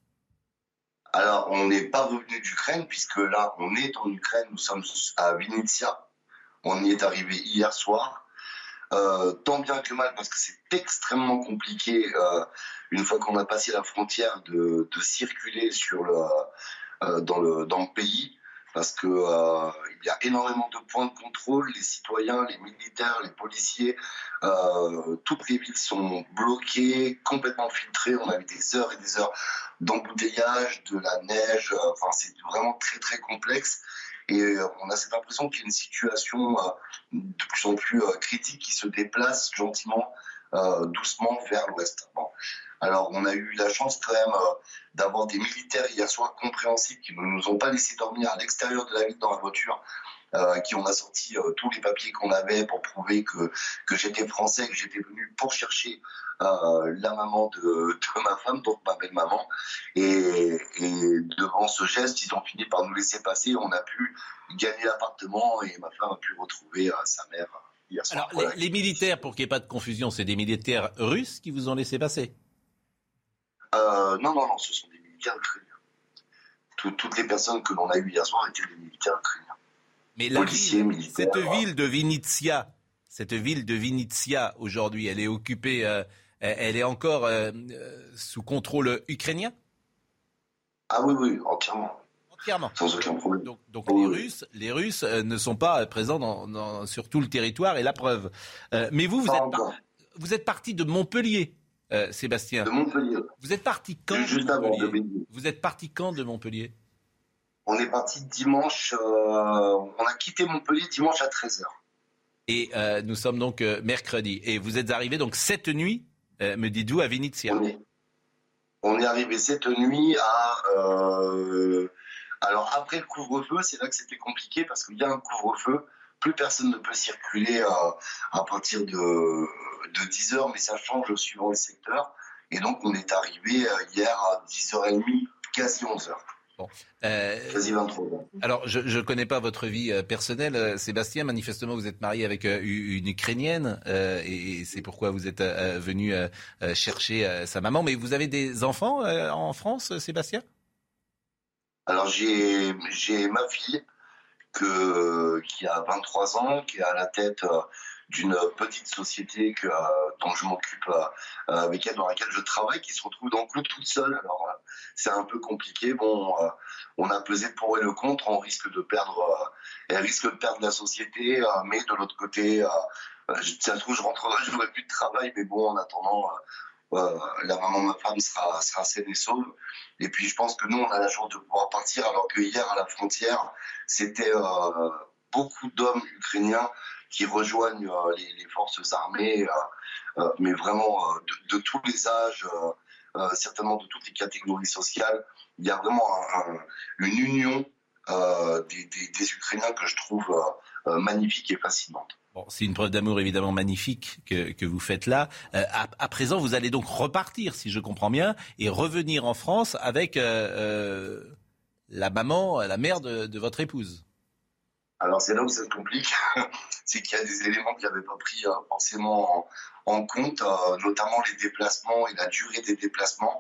Speaker 17: Alors, on n'est pas revenu d'Ukraine, puisque là, on est en Ukraine, nous sommes à Vinnytsia. On y est arrivé hier soir. Euh, tant bien que mal, parce que c'est extrêmement compliqué, euh, une fois qu'on a passé la frontière, de, de circuler sur le, euh, dans, le, dans le pays, parce que euh, il y a énormément de points de contrôle, les citoyens, les militaires, les policiers, euh, toutes les villes sont bloquées, complètement filtrées, on a eu des heures et des heures d'embouteillage, de la neige, euh, enfin c'est vraiment très très complexe. Et euh, on a cette impression qu'il y a une situation euh, de plus en plus euh, critique qui se déplace gentiment, euh, doucement vers l'ouest. Bon. Alors on a eu la chance quand même euh, d'avoir des militaires hier soir compréhensifs qui ne nous ont pas laissé dormir à l'extérieur de la ville dans la voiture, euh, qui ont assorti euh, tous les papiers qu'on avait pour prouver que, que j'étais français, que j'étais venu pour chercher euh, la maman de, de ma femme, donc ma belle-maman. Et, et devant ce geste, ils ont fini par nous laisser passer. On a pu gagner l'appartement et ma femme a pu retrouver euh, sa mère hier soir.
Speaker 3: Alors voilà. les, les militaires, pour qu'il n'y ait pas de confusion, c'est des militaires russes qui vous ont laissé passer ?
Speaker 17: Euh, non, non, non, ce sont des militaires ukrainiens. Tout, toutes les personnes que l'on a eues hier soir étaient des militaires ukrainiens.
Speaker 3: Mais la Policiers, ville, militaires, cette ville de Vinnytsia, cette ville de Vinnytsia aujourd'hui, elle est occupée, euh, elle est encore euh, sous contrôle ukrainien ?
Speaker 17: Ah oui, oui, entièrement.
Speaker 3: Entièrement.
Speaker 17: Sans aucun problème.
Speaker 3: Donc, donc oui. les Russes, les Russes euh, ne sont pas présents dans, dans, sur tout le territoire, et la preuve. Euh, mais vous, vous êtes, par, vous êtes parti de Montpellier. Euh, Sébastien.
Speaker 17: De Montpellier.
Speaker 3: Vous êtes parti quand
Speaker 17: Juste
Speaker 3: de
Speaker 17: avant de
Speaker 3: Vous êtes parti quand de Montpellier ?
Speaker 17: On est parti dimanche, euh, on a quitté Montpellier dimanche à treize heures.
Speaker 3: Et euh, nous sommes donc euh, mercredi. Et vous êtes arrivé donc cette nuit, euh, me dites-vous, à Vinnytsia ?
Speaker 17: On est, on est arrivé cette nuit à... Euh, alors après le couvre-feu, c'est là que c'était compliqué parce qu'il y a un couvre-feu. Plus personne ne peut circuler euh, à partir de, de dix heures, mais ça change suivant le secteur. Et donc, on est arrivé euh, hier à dix heures trente, quasi onze heures.
Speaker 3: Bon. Euh,
Speaker 17: quasi vingt-trois heures.
Speaker 3: Alors, je ne connais pas votre vie euh, personnelle, euh, Sébastien. Manifestement, vous êtes marié avec euh, une Ukrainienne euh, et, et c'est pourquoi vous êtes euh, venu euh, chercher euh, sa maman. Mais vous avez des enfants euh, en France, Sébastien ?
Speaker 17: Alors, j'ai, j'ai ma fille. Que, qui a vingt-trois ans, qui est à la tête euh, d'une petite société que, euh, dont je m'occupe euh, avec elle, dans laquelle je travaille, qui se retrouve dans le clou toute seule. Alors, euh, c'est un peu compliqué. Bon, euh, on a pesé le pour et le contre. On risque de perdre, euh, elle risque de perdre la société, euh, mais de l'autre côté, euh, Euh, ça se trouve, je rentrerai, je n'aurai plus de travail, mais bon, en attendant, euh, euh, la maman de ma femme sera, sera saine et sauve. Et puis, je pense que nous, on a la chance de pouvoir partir, alors que hier, à la frontière, c'était euh, beaucoup d'hommes ukrainiens qui rejoignent euh, les, les forces armées, euh, euh, mais vraiment euh, de, de tous les âges, euh, euh, certainement de toutes les catégories sociales. Il y a vraiment un, un, une union euh, des, des, des Ukrainiens que je trouve euh, euh, magnifique et fascinante.
Speaker 3: Bon, c'est une preuve d'amour évidemment magnifique que, que vous faites là. Euh, à, à présent, vous allez donc repartir, si je comprends bien, et revenir en France avec euh, euh, la maman, la mère de, de votre épouse.
Speaker 17: Alors c'est là où ça se complique, c'est qu'il y a des éléments que j'avais pas pris euh, forcément en, en compte, euh, notamment les déplacements et la durée des déplacements.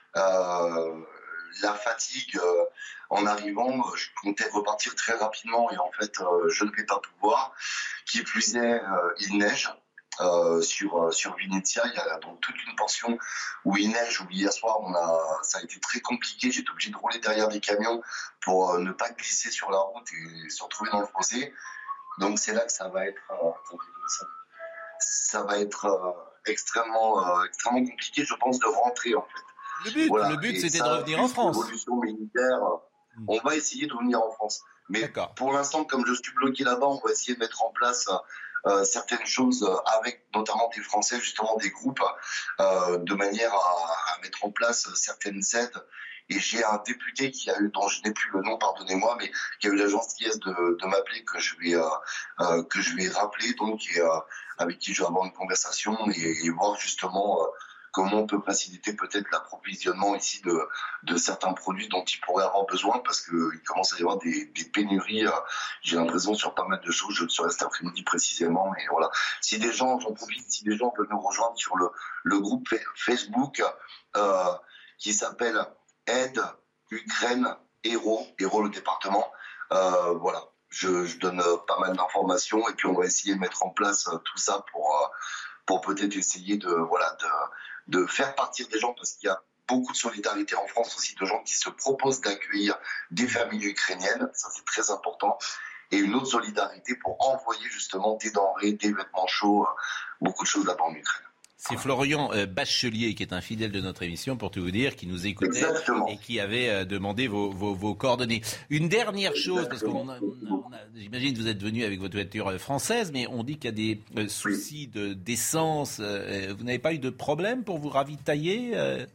Speaker 17: Euh, la fatigue euh, en arrivant, je comptais repartir très rapidement et en fait euh, je ne vais pas pouvoir. Qui plus est, euh, il neige euh, sur sur Vinnytsia. Il y a donc toute une portion où il neige. Où hier soir, on a, ça a été très compliqué. J'étais obligé de rouler derrière des camions pour euh, ne pas glisser sur la route et se retrouver dans le fossé. Donc c'est là que ça va être, euh, ça, ça va être euh, extrêmement euh, extrêmement compliqué, je pense, de rentrer en fait.
Speaker 3: Le but, voilà. le but, et c'était ça, de revenir en France.
Speaker 17: L'évolution militaire, mmh. on va essayer de revenir en France. Mais D'accord. pour l'instant, comme je suis bloqué là-bas, on va essayer de mettre en place euh, certaines choses avec notamment des Français, justement des groupes, euh, de manière à, à mettre en place certaines aides. Et j'ai un député qui a eu, dont je n'ai plus le nom, pardonnez-moi, mais qui a eu la gentillesse de, de m'appeler, que je vais euh, euh, que je vais rappeler, donc et, euh, avec qui je vais avoir une conversation et, et voir justement euh, comment on peut faciliter peut-être l'approvisionnement ici de, de certains produits dont ils pourraient avoir besoin, parce qu'il commence à y avoir des, des pénuries, euh, j'ai l'impression, sur pas mal de choses. Je le saurai cet après-midi précisément. Mais voilà, si des gens, j'en profite, si des gens veulent nous rejoindre sur le, le groupe Facebook euh, qui s'appelle Aide Ukraine Héros, Héros le département, euh, voilà, je, je donne pas mal d'informations et puis on va essayer de mettre en place tout ça pour, pour peut-être essayer de, voilà, de de faire partir des gens, parce qu'il y a beaucoup de solidarité en France aussi, de gens qui se proposent d'accueillir des familles ukrainiennes, ça c'est très important, et une autre solidarité pour envoyer justement des denrées, des vêtements chauds, beaucoup de choses là-bas en Ukraine.
Speaker 3: C'est Florian euh, Bachelier, qui est un fidèle de notre émission, pour tout vous dire, qui nous écoutait Exactement. et qui avait euh, demandé vos, vos, vos coordonnées. Une dernière chose, parce que j'imagine que vous êtes venu avec votre voiture française, mais on dit qu'il y a des euh, soucis de, d'essence. Euh, vous n'avez pas eu de problème pour vous ravitailler euh...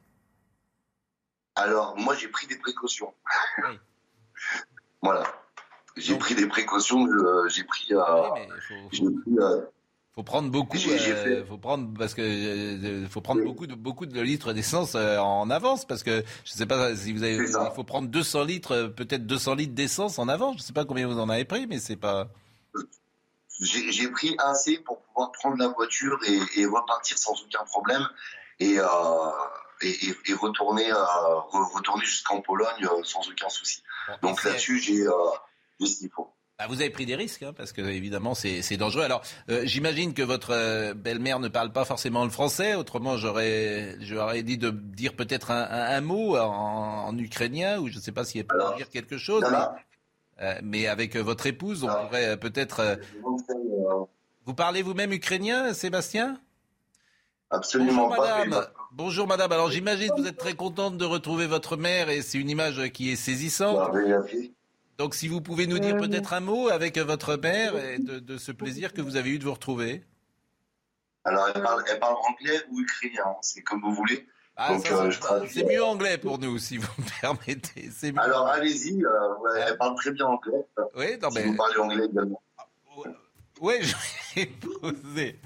Speaker 17: Alors, moi, j'ai pris des précautions. Oui. Voilà. J'ai Donc, pris des précautions. Euh, j'ai pris... Euh, oui, faut, faut... J'ai pris euh,
Speaker 3: Faut prendre beaucoup, euh, faut prendre parce que euh, faut prendre oui. beaucoup de beaucoup de litres d'essence euh, en avance, parce que je sais pas si vous avez, il faut prendre deux cents litres, peut-être deux cents litres d'essence en avance. Je sais pas combien vous en avez pris, mais c'est pas.
Speaker 17: J'ai, j'ai pris assez pour pouvoir prendre la voiture et, et repartir sans aucun problème et euh, et, et, et retourner euh, retourner jusqu'en Pologne euh, sans aucun souci. Bon, Donc là-dessus, j'ai euh, j'ai ce qu'il faut.
Speaker 3: Bah, vous avez pris des risques, hein, parce que évidemment c'est, c'est dangereux. Alors, euh, j'imagine que votre euh, belle-mère ne parle pas forcément le français. Autrement, j'aurais, j'aurais dit de dire peut-être un, un, un mot en, en ukrainien, ou je ne sais pas si elle peut Alors, dire quelque chose. Mais, euh, mais avec euh, votre épouse, on Alors, pourrait euh, peut-être. Euh... Vous parlez vous-même ukrainien, Sébastien ?
Speaker 17: Absolument
Speaker 3: Bonjour,
Speaker 17: pas.
Speaker 3: madame. Pas. Bonjour madame. Alors j'imagine que vous êtes très contente de retrouver votre mère, et c'est une image qui est saisissante. Donc, si vous pouvez nous dire peut-être un mot avec votre mère et de, de ce plaisir que vous avez eu de vous retrouver.
Speaker 17: Alors, elle parle, elle parle anglais ou ukrainien, c'est comme vous voulez.
Speaker 3: Ah, Donc, ça, euh, je traduis... C'est mieux anglais pour nous, si vous me permettez. C'est mieux.
Speaker 17: Alors, allez-y, euh, ouais, elle parle très bien anglais.
Speaker 3: Oui, non,
Speaker 17: si
Speaker 3: mais...
Speaker 17: vous parlez anglais également.
Speaker 3: Oui, je vais poser.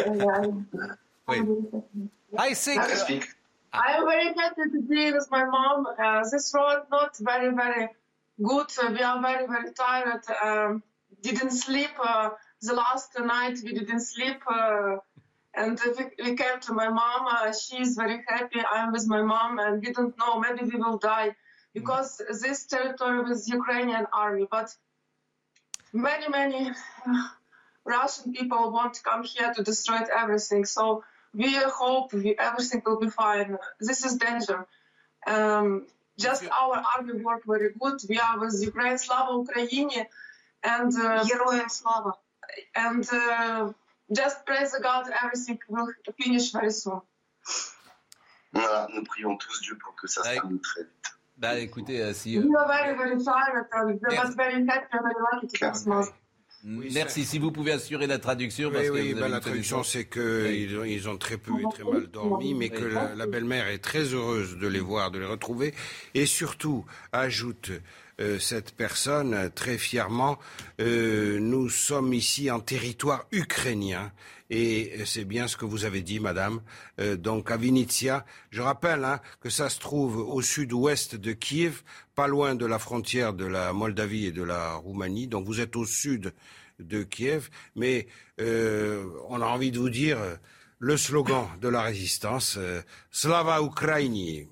Speaker 3: Oui. I think...
Speaker 17: I speak.
Speaker 18: I'm very happy to be with my mom. Uh, this road not very, very... good. We are very, very tired. Um, didn't sleep. Uh, the last night we didn't sleep. Uh, and we, we came to my mom. Uh, she is very happy. I'm with my mom, and we don't know. Maybe we will die because mm. this territory was Ukrainian army. But many, many uh, Russian people want to come here to destroy everything. So we hope we, everything will be fine. This is danger. Um, Just our army work very good. We are with Ukraine, Slava Ukraini, and uh, Героям Slava. And uh, just praise God, everything will finish very soon.
Speaker 17: Voilà, nous prions tous Dieu pour que ça se termine très vite.
Speaker 3: Bah écoutez, euh, si...
Speaker 18: We are very, very tired and we are very happy and very lucky to Christmas.
Speaker 3: Merci, si vous pouvez assurer la traduction.
Speaker 7: Oui,
Speaker 3: parce que
Speaker 7: oui,
Speaker 3: vous
Speaker 7: bah,
Speaker 3: avez
Speaker 7: la
Speaker 3: une
Speaker 7: traduction,
Speaker 3: traduction.
Speaker 7: c'est qu'ils ont, ils ont très peu et très mal dormi, mais que la, la belle-mère est très heureuse de les voir, de les retrouver, et surtout, ajoute euh, cette personne très fièrement, euh, nous sommes ici en territoire ukrainien, et c'est bien ce que vous avez dit, madame. Euh, donc à Vinnytsia, je rappelle hein, que ça se trouve au sud-ouest de Kiev, pas loin de la frontière de la Moldavie et de la Roumanie. Donc vous êtes au sud de Kiev, mais euh, on a envie de vous dire euh, le slogan de la résistance, euh, Slava Ukraini.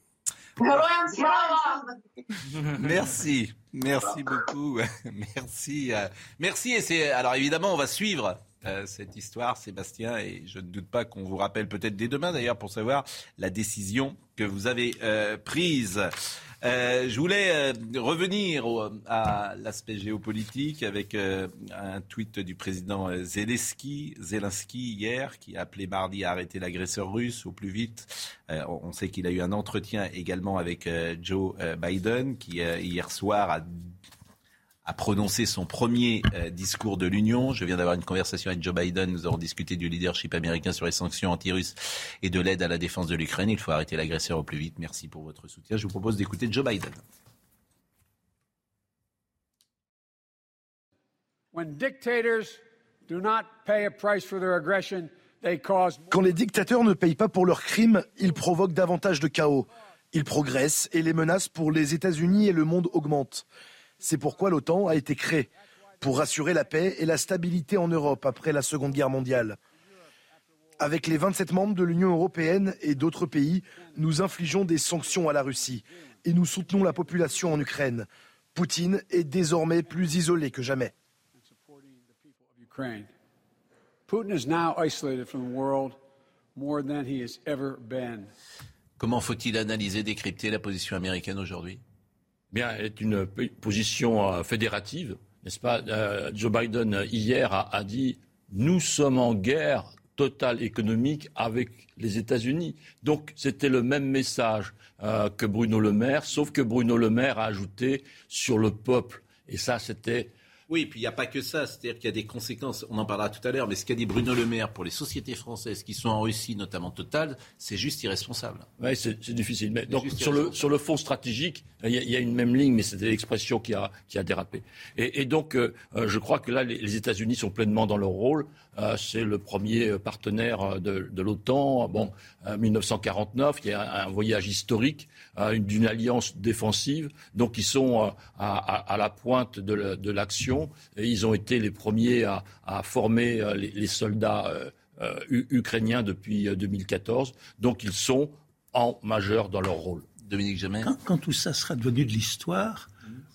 Speaker 3: Merci, merci beaucoup, merci, euh, merci. Et c'est alors évidemment on va suivre euh, cette histoire, Sébastien, et je ne doute pas qu'on vous rappelle peut-être dès demain d'ailleurs pour savoir la décision que vous avez euh, prise. Euh, je voulais euh, revenir au, à l'aspect géopolitique avec euh, un tweet du président Zelensky, Zelensky hier, qui a appelé mardi à arrêter l'agresseur russe au plus vite. Euh, on sait qu'il a eu un entretien également avec euh, Joe euh, Biden, qui euh, hier soir a a prononcé son premier euh, discours de l'Union. Je viens d'avoir une conversation avec Joe Biden. Nous avons discuté du leadership américain sur les sanctions anti-russes et de l'aide à la défense de l'Ukraine. Il faut arrêter l'agresseur au plus vite. Merci pour votre soutien. Je vous propose d'écouter Joe Biden.
Speaker 19: When dictators do not pay a price for their aggression, they cause...
Speaker 10: Quand les dictateurs ne payent pas pour leurs crimes, ils provoquent davantage de chaos. Ils progressent et les menaces pour les États-Unis et le monde augmentent. C'est pourquoi l'OTAN a été créée, pour assurer la paix et la stabilité en Europe après la Seconde Guerre mondiale. Avec les vingt-sept membres de l'Union européenne et d'autres pays, nous infligeons des sanctions à la Russie et nous soutenons la population en Ukraine. Poutine est désormais plus isolé que jamais.
Speaker 19: Putin is now isolated from the world more than he has ever been.
Speaker 3: Comment faut-il analyser, décrypter la position américaine aujourd'hui ?
Speaker 8: Bien, elle est une position euh, fédérative, n'est-ce pas ? euh, Joe Biden, euh, hier, a, a dit « Nous sommes en guerre totale économique avec les États-Unis ». Donc, c'était le même message euh, que Bruno Le Maire, sauf que Bruno Le Maire a ajouté « sur le peuple ». Et ça, c'était...
Speaker 3: Oui, et puis il n'y a pas que ça, c'est-à-dire qu'il y a des conséquences, on en parlera tout à l'heure, mais ce qu'a dit Bruno Le Maire pour les sociétés françaises qui sont en Russie, notamment Total, c'est juste irresponsable.
Speaker 8: Oui, c'est, c'est difficile. Mais donc, sur le, sur le fond stratégique, il y, a, il y a une même ligne, mais c'était l'expression qui a, qui a dérapé. Et, et donc, euh, je crois que là, les, les États-Unis sont pleinement dans leur rôle. Euh, c'est le premier partenaire de, de l'OTAN. Bon, euh, dix-neuf cent quarante-neuf, il y a un, un voyage historique euh, d'une alliance défensive. Donc, ils sont euh, à, à, à la pointe de, la, de l'action. Et ils ont été les premiers à, à former euh, les, les soldats euh, euh, ukrainiens depuis euh, deux mille quatorze. Donc, ils sont en majeur dans leur rôle.
Speaker 3: Dominique Jamais.
Speaker 4: Quand, quand tout ça sera devenu de l'histoire,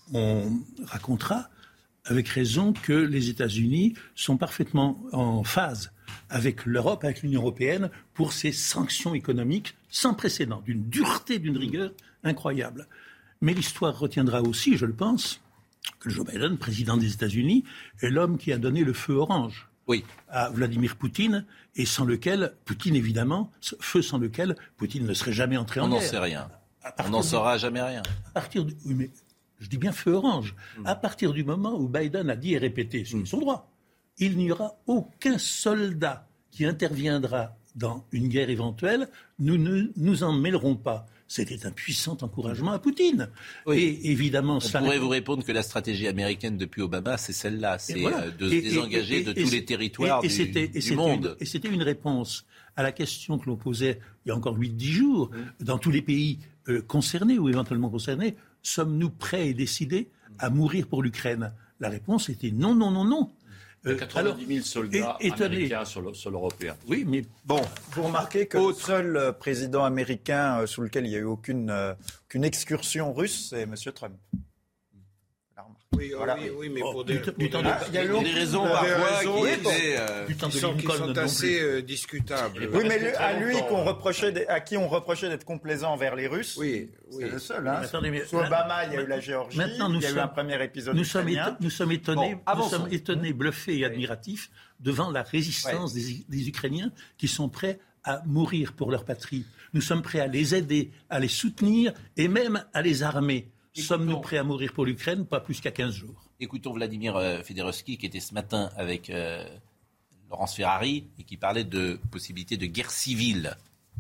Speaker 4: on racontera avec raison que les États-Unis sont parfaitement en phase avec l'Europe, avec l'Union européenne, pour ces sanctions économiques sans précédent, d'une dureté, d'une rigueur incroyable. Mais l'histoire retiendra aussi, je le pense, que Joe Biden, président des États-Unis, est l'homme qui a donné le feu orange
Speaker 3: oui.
Speaker 4: à Vladimir Poutine, et sans lequel, Poutine évidemment, feu sans lequel Poutine ne serait jamais entré en
Speaker 3: On
Speaker 4: guerre.
Speaker 3: On n'en sait rien. On n'en saura jamais rien.
Speaker 4: À partir du... Oui, mais je dis bien feu orange. Mmh. À partir du moment où Biden a dit et répété, c'est son droit, il n'y aura aucun soldat qui interviendra dans une guerre éventuelle, nous ne nous en mêlerons pas. C'était un puissant encouragement à Poutine.
Speaker 3: Oui.
Speaker 4: Et évidemment,
Speaker 3: on
Speaker 4: ça
Speaker 3: pourrait vous répondre que la stratégie américaine depuis Obama, c'est celle-là, c'est voilà. de se et, désengager et, et, de et, tous les territoires et, et du, c'était, du
Speaker 4: c'était
Speaker 3: monde.
Speaker 4: Une, et c'était une réponse à la question que l'on posait il y a encore huit dix jours, mmh. dans tous les pays euh, concernés ou éventuellement concernés, sommes-nous prêts et décidés à mourir pour l'Ukraine ? La réponse était non, non, non, non.
Speaker 8: Euh, quatre-vingt-dix mille soldats et, américains sur, le, sur l'européen.
Speaker 4: Oui, mais
Speaker 5: bon, vous remarquez que le seul euh, président américain euh, sous lequel il n'y a eu aucune, euh, aucune excursion russe, c'est M. Trump.
Speaker 7: Oui, voilà. oui, oui, mais pour
Speaker 4: oh,
Speaker 7: des,
Speaker 4: du,
Speaker 7: pour
Speaker 4: du
Speaker 7: des,
Speaker 4: temps
Speaker 7: des,
Speaker 4: de,
Speaker 3: il y a eu des raisons parfois qui étaient
Speaker 7: euh, qui sont, qui sont assez euh, discutables.
Speaker 5: Oui, mais lui, à lui qu'on reprochait, à qui on reprochait d'être complaisant envers les Russes,
Speaker 7: oui,
Speaker 5: c'est
Speaker 7: oui.
Speaker 5: le seul. Hein.
Speaker 4: Attendez, mais,
Speaker 5: Sous Obama, il y a eu la Géorgie,
Speaker 4: maintenant, nous
Speaker 5: il y a
Speaker 4: sommes,
Speaker 5: eu un premier épisode
Speaker 4: nous sommes,
Speaker 5: ukrainien.
Speaker 4: éton, nous sommes étonnés,
Speaker 3: bon,
Speaker 4: nous sommes étonnés, bluffés et admiratifs devant la résistance ouais. des, des Ukrainiens qui sont prêts à mourir pour leur patrie. Nous sommes prêts à les aider, à les soutenir et même à les armer. Écoutons. Sommes-nous prêts à mourir pour l'Ukraine? Pas plus qu'à quinze jours.
Speaker 3: Écoutons Vladimir euh, Fedorovski qui était ce matin avec euh, Laurence Ferrari et qui parlait de possibilité de guerre civile.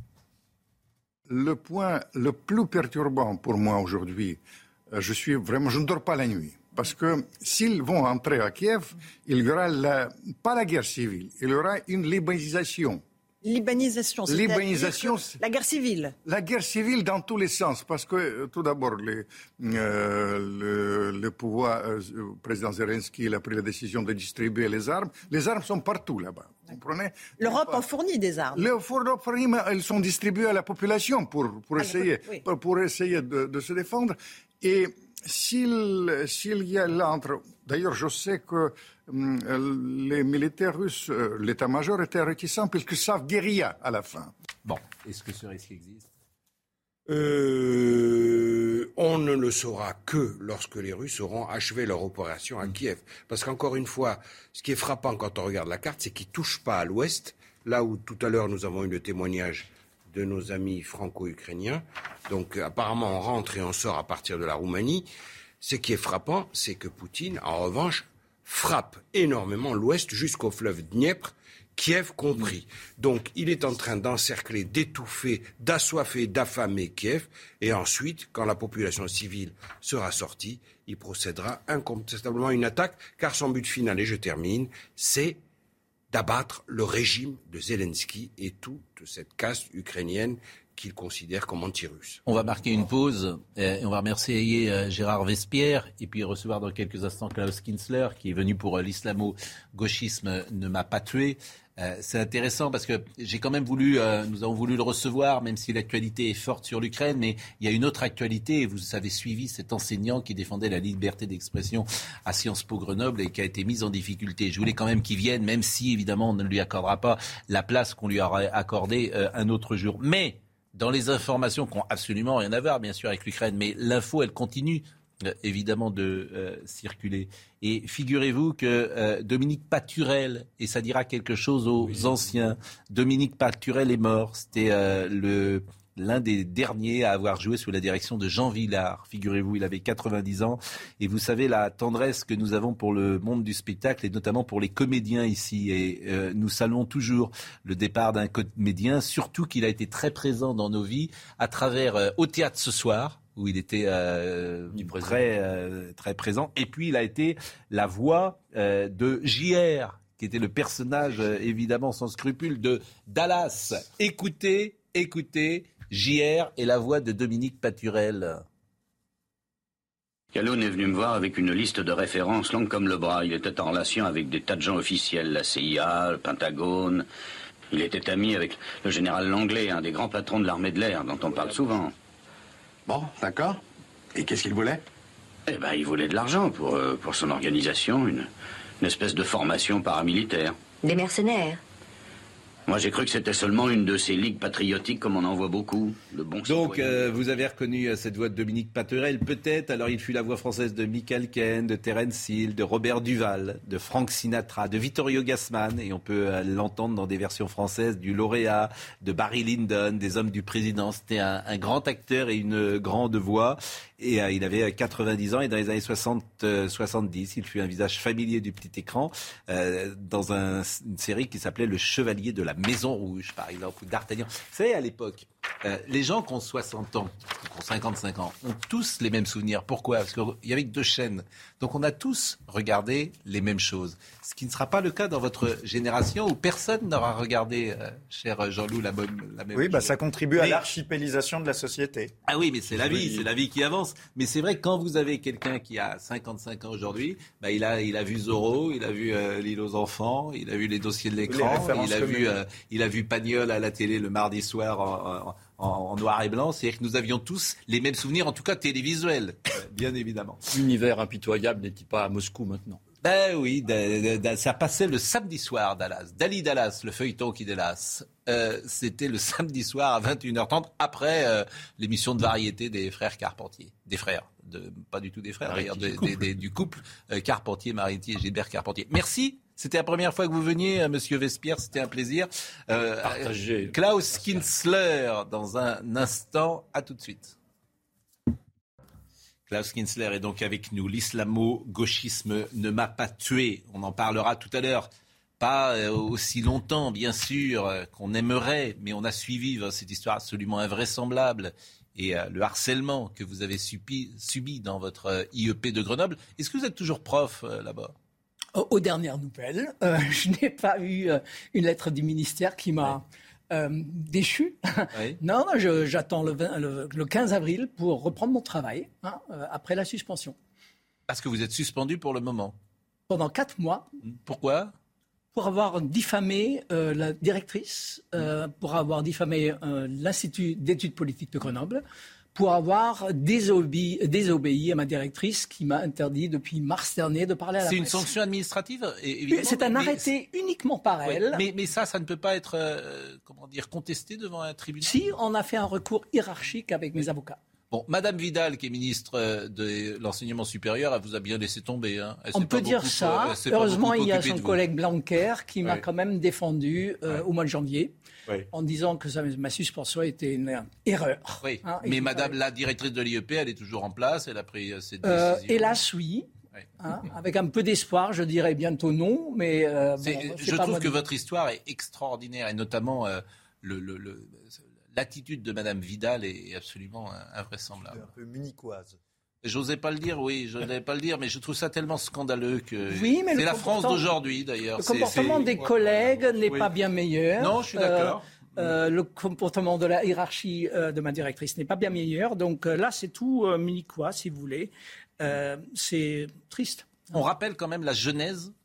Speaker 20: Le point le plus perturbant pour moi aujourd'hui, euh, je suis vraiment, je ne dors pas la nuit. Parce que s'ils vont entrer à Kiev, il y aura la, pas la guerre civile, il y aura une libanisation.
Speaker 21: Libanisation, c'est
Speaker 20: Libanisation,
Speaker 21: la guerre civile.
Speaker 20: La guerre civile dans tous les sens, parce que euh, tout d'abord, les, euh, le, le pouvoir, euh, le président Zelensky il a pris la décision de distribuer les armes. Les armes sont partout là-bas. Vous comprenez ?
Speaker 21: L'Europe en fournit des armes.
Speaker 20: L'Europe fournit, mais elles sont distribuées à la population pour, pour, ah, essayer, oui. pour, pour essayer de, de se défendre. Et s'il, s'il y a l'entre... D'ailleurs, je sais que hum, les militaires russes, euh, l'état-major était réticent puisqu'ils savent guérilla à la fin.
Speaker 3: Bon, est-ce que ce risque existe ?
Speaker 7: euh, On ne le saura que lorsque les Russes auront achevé leur opération à Kiev. Parce qu'encore une fois, ce qui est frappant quand on regarde la carte, c'est qu'ils ne touchent pas à l'ouest, là où tout à l'heure nous avons eu le témoignage de nos amis franco-ukrainiens. Donc apparemment on rentre et on sort à partir de la Roumanie. Ce qui est frappant, c'est que Poutine, en revanche, frappe énormément l'ouest jusqu'au fleuve Dniepr, Kiev compris. Donc il est en train d'encercler, d'étouffer, d'assoiffer, d'affamer Kiev. Et ensuite, quand la population civile sera sortie, il procédera incontestablement à une attaque, car son but final, et je termine, c'est d'abattre le régime de Zelensky et toute cette caste ukrainienne qu'il considère comme anti-russe.
Speaker 3: On va marquer une pause et on va remercier Gérard Vespierre et puis recevoir dans quelques instants Klaus Kinzler qui est venu pour l'islamo-gauchisme ne m'a pas tué. Euh, c'est intéressant parce que j'ai quand même voulu, euh, nous avons voulu le recevoir, même si l'actualité est forte sur l'Ukraine, mais il y a une autre actualité et vous avez suivi cet enseignant qui défendait la liberté d'expression à Sciences Po Grenoble et qui a été mis en difficulté. Je voulais quand même qu'il vienne, même si évidemment on ne lui accordera pas la place qu'on lui aurait accordée euh, un autre jour. Mais dans les informations qui n'ont absolument rien à voir, bien sûr, avec l'Ukraine, mais l'info, elle continue euh, évidemment de euh, circuler. Et figurez-vous que euh, Dominique Paturel, et ça dira quelque chose aux oui. anciens, Dominique Paturel est mort. C'était euh, le... l'un des derniers à avoir joué sous la direction de Jean Vilar. Figurez-vous, il avait quatre-vingt-dix ans. Et vous savez la tendresse que nous avons pour le monde du spectacle et notamment pour les comédiens ici. Et euh, nous saluons toujours le départ d'un comédien, surtout qu'il a été très présent dans nos vies à travers euh, Au Théâtre ce soir, où il était euh, très, euh, très présent. Et puis il a été la voix euh, de J R, qui était le personnage, euh, évidemment sans scrupule, de Dallas. Écoutez, écoutez... J R et la voix de Dominique Paturel.
Speaker 22: Calonne est venu me voir avec une liste de références longue comme le bras. Il était en relation avec des tas de gens officiels, la C I A, le Pentagone. Il était ami avec le général Langlais, un des grands patrons de l'armée de l'air, dont on parle souvent.
Speaker 23: Bon, d'accord. Et qu'est-ce qu'il voulait?
Speaker 22: Eh ben, il voulait de l'argent pour, euh, pour son organisation, une, une espèce de formation paramilitaire.
Speaker 24: Des mercenaires?
Speaker 22: Moi, j'ai cru que c'était seulement une de ces ligues patriotiques comme on en voit beaucoup. De bons
Speaker 3: Donc, euh, vous avez reconnu euh, cette voix de Dominique Paturel, peut-être. Alors, il fut la voix française de Michael Caine, de Terence Hill, de Robert Duval, de Frank Sinatra, de Vittorio Gassman. Et on peut euh, l'entendre dans des versions françaises du lauréat, de Barry Lyndon, des Hommes du Président. C'était un, un grand acteur et une grande voix. Et euh, il avait quatre-vingt-dix ans et dans les années soixante, euh, soixante-dix, il fut un visage familier du petit écran euh, dans un, une série qui s'appelait Le Chevalier de la Maison Rouge, par exemple, ou D'Artagnan. Vous savez, à l'époque, euh, les gens qui ont soixante ans, qui ont cinquante-cinq ans, ont tous les mêmes souvenirs. Pourquoi? Parce qu'il y avait que deux chaînes. Donc on a tous regardé les mêmes choses. Ce qui ne sera pas le cas dans votre génération où personne n'aura regardé, euh, cher Jean-Loup, la, bonne, la même
Speaker 5: oui,
Speaker 3: chose.
Speaker 5: bah, ça contribue
Speaker 3: mais...
Speaker 5: à l'archipélisation de la société.
Speaker 3: Ah oui, mais c'est la vie, c'est la vie qui avance. Mais c'est vrai que quand vous avez quelqu'un qui a cinquante-cinq ans aujourd'hui, bah, il, a, il a vu Zorro, il a vu euh, L'île aux enfants, il a vu les dossiers de l'écran, il a, vu, euh, il a vu Pagnol à la télé le mardi soir en, en, en, en noir et blanc, c'est-à-dire que nous avions tous les mêmes souvenirs, en tout cas télévisuels, euh, bien évidemment.
Speaker 8: L'univers impitoyable n'est-il pas à Moscou maintenant ?
Speaker 3: Ben oui, de, de, de, ça passait le samedi soir, Dallas. Dali Dallas, le feuilleton qui délasse. Euh, c'était le samedi soir à vingt et une heures trente, après euh, l'émission de variété des frères Carpentier. Des frères, de, pas du tout des frères, d'ailleurs, de, des, des, du couple euh, Carpentier-Mariti et Gilbert Carpentier. Merci. C'était la première fois que vous veniez, euh, Monsieur Vespierre, c'était un plaisir. Euh,
Speaker 8: Partagez.
Speaker 3: Klaus Kinzler, dans un instant, à tout de suite. Klaus Kinzler est donc avec nous. L'islamo-gauchisme ne m'a pas tué. On en parlera tout à l'heure. Pas aussi longtemps, bien sûr, qu'on aimerait, mais on a suivi cette histoire absolument invraisemblable et le harcèlement que vous avez subi, subi dans votre I E P de Grenoble. Est-ce que vous êtes toujours prof là-bas ?
Speaker 1: Aux dernières nouvelles, euh, je n'ai pas eu euh, une lettre du ministère qui m'a... Ouais. Euh, déchu. Oui. Non, je, j'attends le, vingt, le, le quinze avril pour reprendre mon travail, hein, euh, après la suspension.
Speaker 3: Parce que vous êtes suspendu pour le moment ?
Speaker 1: Pendant quatre mois.
Speaker 3: Pourquoi ?
Speaker 1: Pour avoir diffamé euh, la directrice, euh, pour avoir diffamé euh, l'Institut d'études politiques de Grenoble, pour avoir désobéi, désobéi à ma directrice qui m'a interdit depuis mars dernier de parler à la
Speaker 3: presse. C'est une
Speaker 1: presse.
Speaker 3: sanction administrative, évidemment.
Speaker 1: C'est un mais arrêté c'est... uniquement par elle.
Speaker 3: Oui, mais, mais ça, ça ne peut pas être euh, comment dire, contesté devant un tribunal ?
Speaker 1: Si, on a fait un recours hiérarchique avec mes avocats.
Speaker 3: Bon, Madame Vidal, qui est ministre de l'Enseignement supérieur, elle vous a bien laissé tomber. Hein.
Speaker 1: On peut dire beaucoup, ça. Euh, Heureusement, il y a son collègue Blanquer qui oui. m'a quand même défendu euh, oui. au mois de janvier. Oui. En disant que ça, ma suspension était une erreur.
Speaker 3: Oui. Hein, mais Madame fallait... la directrice de l'I E P, elle est toujours en place, elle a pris cette
Speaker 1: euh,
Speaker 3: décision.
Speaker 1: Hélas, oui. oui. Hein, avec un peu d'espoir, je dirais bientôt non, mais euh, bon,
Speaker 3: c'est, c'est je trouve que votre histoire est extraordinaire, et notamment euh, le, le, le, l'attitude de Madame Vidal est absolument invraisemblable.
Speaker 5: Un peu munichoise.
Speaker 3: J'osais pas le dire, oui, je n'osais pas le dire, mais je trouve ça tellement scandaleux que
Speaker 1: oui, mais
Speaker 3: c'est la France d'aujourd'hui, d'ailleurs.
Speaker 1: Le comportement c'est, c'est... des collègues n'est oui. pas bien meilleur.
Speaker 3: Non, je suis d'accord.
Speaker 1: Euh, euh, le comportement de la hiérarchie euh, de ma directrice n'est pas bien meilleur. Donc euh, là, c'est tout euh, munichois, si vous voulez. Euh, c'est triste.
Speaker 3: On rappelle quand même la genèse.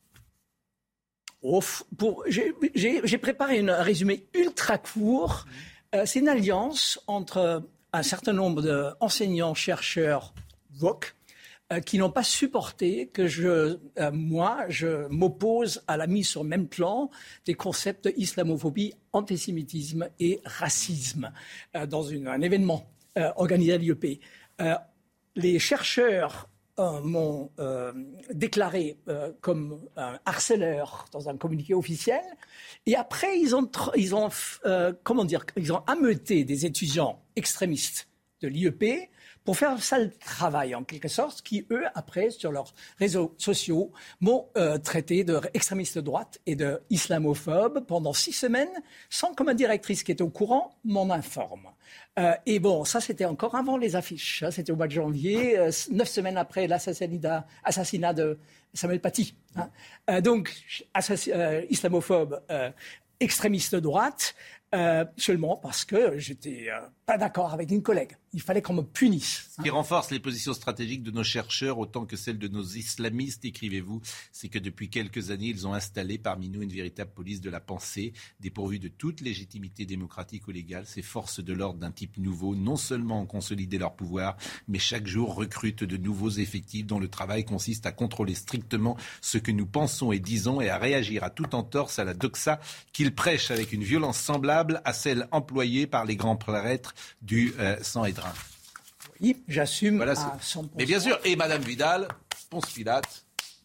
Speaker 1: Oh, pour, j'ai, j'ai, j'ai préparé une, un résumé ultra court. Euh, c'est une alliance entre un certain nombre d'enseignants, chercheurs, V O C, euh, qui n'ont pas supporté que je, euh, moi, je m'oppose à la mise sur le même plan des concepts de islamophobie, antisémitisme et racisme euh, dans une, un événement euh, organisé à l'I E P. Euh, les chercheurs euh, m'ont euh, déclaré euh, comme un harceleur dans un communiqué officiel, et après ils ont, ils ont euh, comment dire, ils ont ameuté des étudiants extrémistes de l'I E P pour faire un sale travail, en quelque sorte, qui, eux, après, sur leurs réseaux sociaux, m'ont euh, traité d'extrémiste de droite et d'islamophobe pendant six semaines, sans que ma directrice, qui était au courant, m'en informe. Euh, et bon, ça, c'était encore avant les affiches. Hein, c'était au mois de janvier, euh, neuf semaines après l'assassinat assassinat de Samuel Paty. Hein. Euh, donc, assassin, euh, islamophobe, euh, extrémiste de droite, euh, seulement parce que j'étais euh, pas d'accord avec une collègue. Il fallait qu'on me punisse.
Speaker 3: Ce qui renforce les positions stratégiques de nos chercheurs autant que celles de nos islamistes, écrivez-vous, c'est que depuis quelques années, ils ont installé parmi nous une véritable police de la pensée, dépourvue de toute légitimité démocratique ou légale. Ces forces de l'ordre d'un type nouveau, non seulement ont consolidé leur pouvoir, mais chaque jour recrutent de nouveaux effectifs dont le travail consiste à contrôler strictement ce que nous pensons et disons et à réagir à toute entorse à la doxa qu'ils prêchent avec une violence semblable à celle employée par les grands prêtres du euh, sang et drain.
Speaker 1: Oui, j'assume voilà, à cent pour cent.
Speaker 3: Mais bien sûr, et Madame Vidal, Ponce Pilate,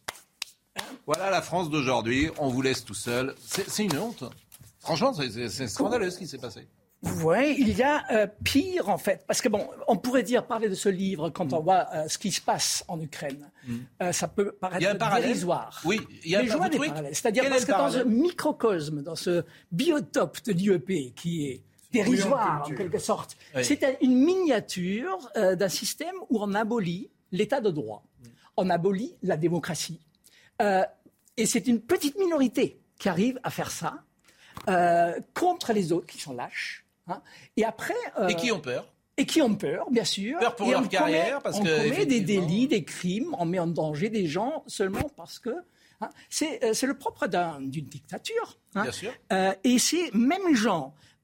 Speaker 3: voilà la France d'aujourd'hui, on vous laisse tout seul. C'est, c'est une honte. Franchement, c'est, c'est, c'est scandaleux ce qui s'est passé.
Speaker 1: Oui, il y a euh, pire en fait, parce que bon, on pourrait dire, parler de ce livre quand mm. on voit euh, ce qui se passe en Ukraine, mm. euh, ça peut paraître dérisoire.
Speaker 3: Oui, il y a
Speaker 1: Mais je vois des parallèles. C'est-à-dire parce que dans ce microcosme, dans ce biotope de l'I E P qui est dérisoire en quelque sorte, oui. C'est une miniature euh, d'un système où on abolit l'état de droit, mm. on abolit la démocratie, euh, et c'est une petite minorité qui arrive à faire ça euh, contre les autres qui sont lâches. Hein. Et après, euh,
Speaker 3: et qui ont peur.
Speaker 1: Et qui ont peur, bien sûr.
Speaker 3: Peur pour
Speaker 1: et
Speaker 3: leur carrière,
Speaker 1: commet,
Speaker 3: parce
Speaker 1: on
Speaker 3: que
Speaker 1: commet effectivement... des délits, des crimes, on met en danger des gens seulement parce que hein, c'est, c'est le propre d'un, d'une dictature. Hein.
Speaker 3: Bien sûr.
Speaker 1: Euh, et ces mêmes gens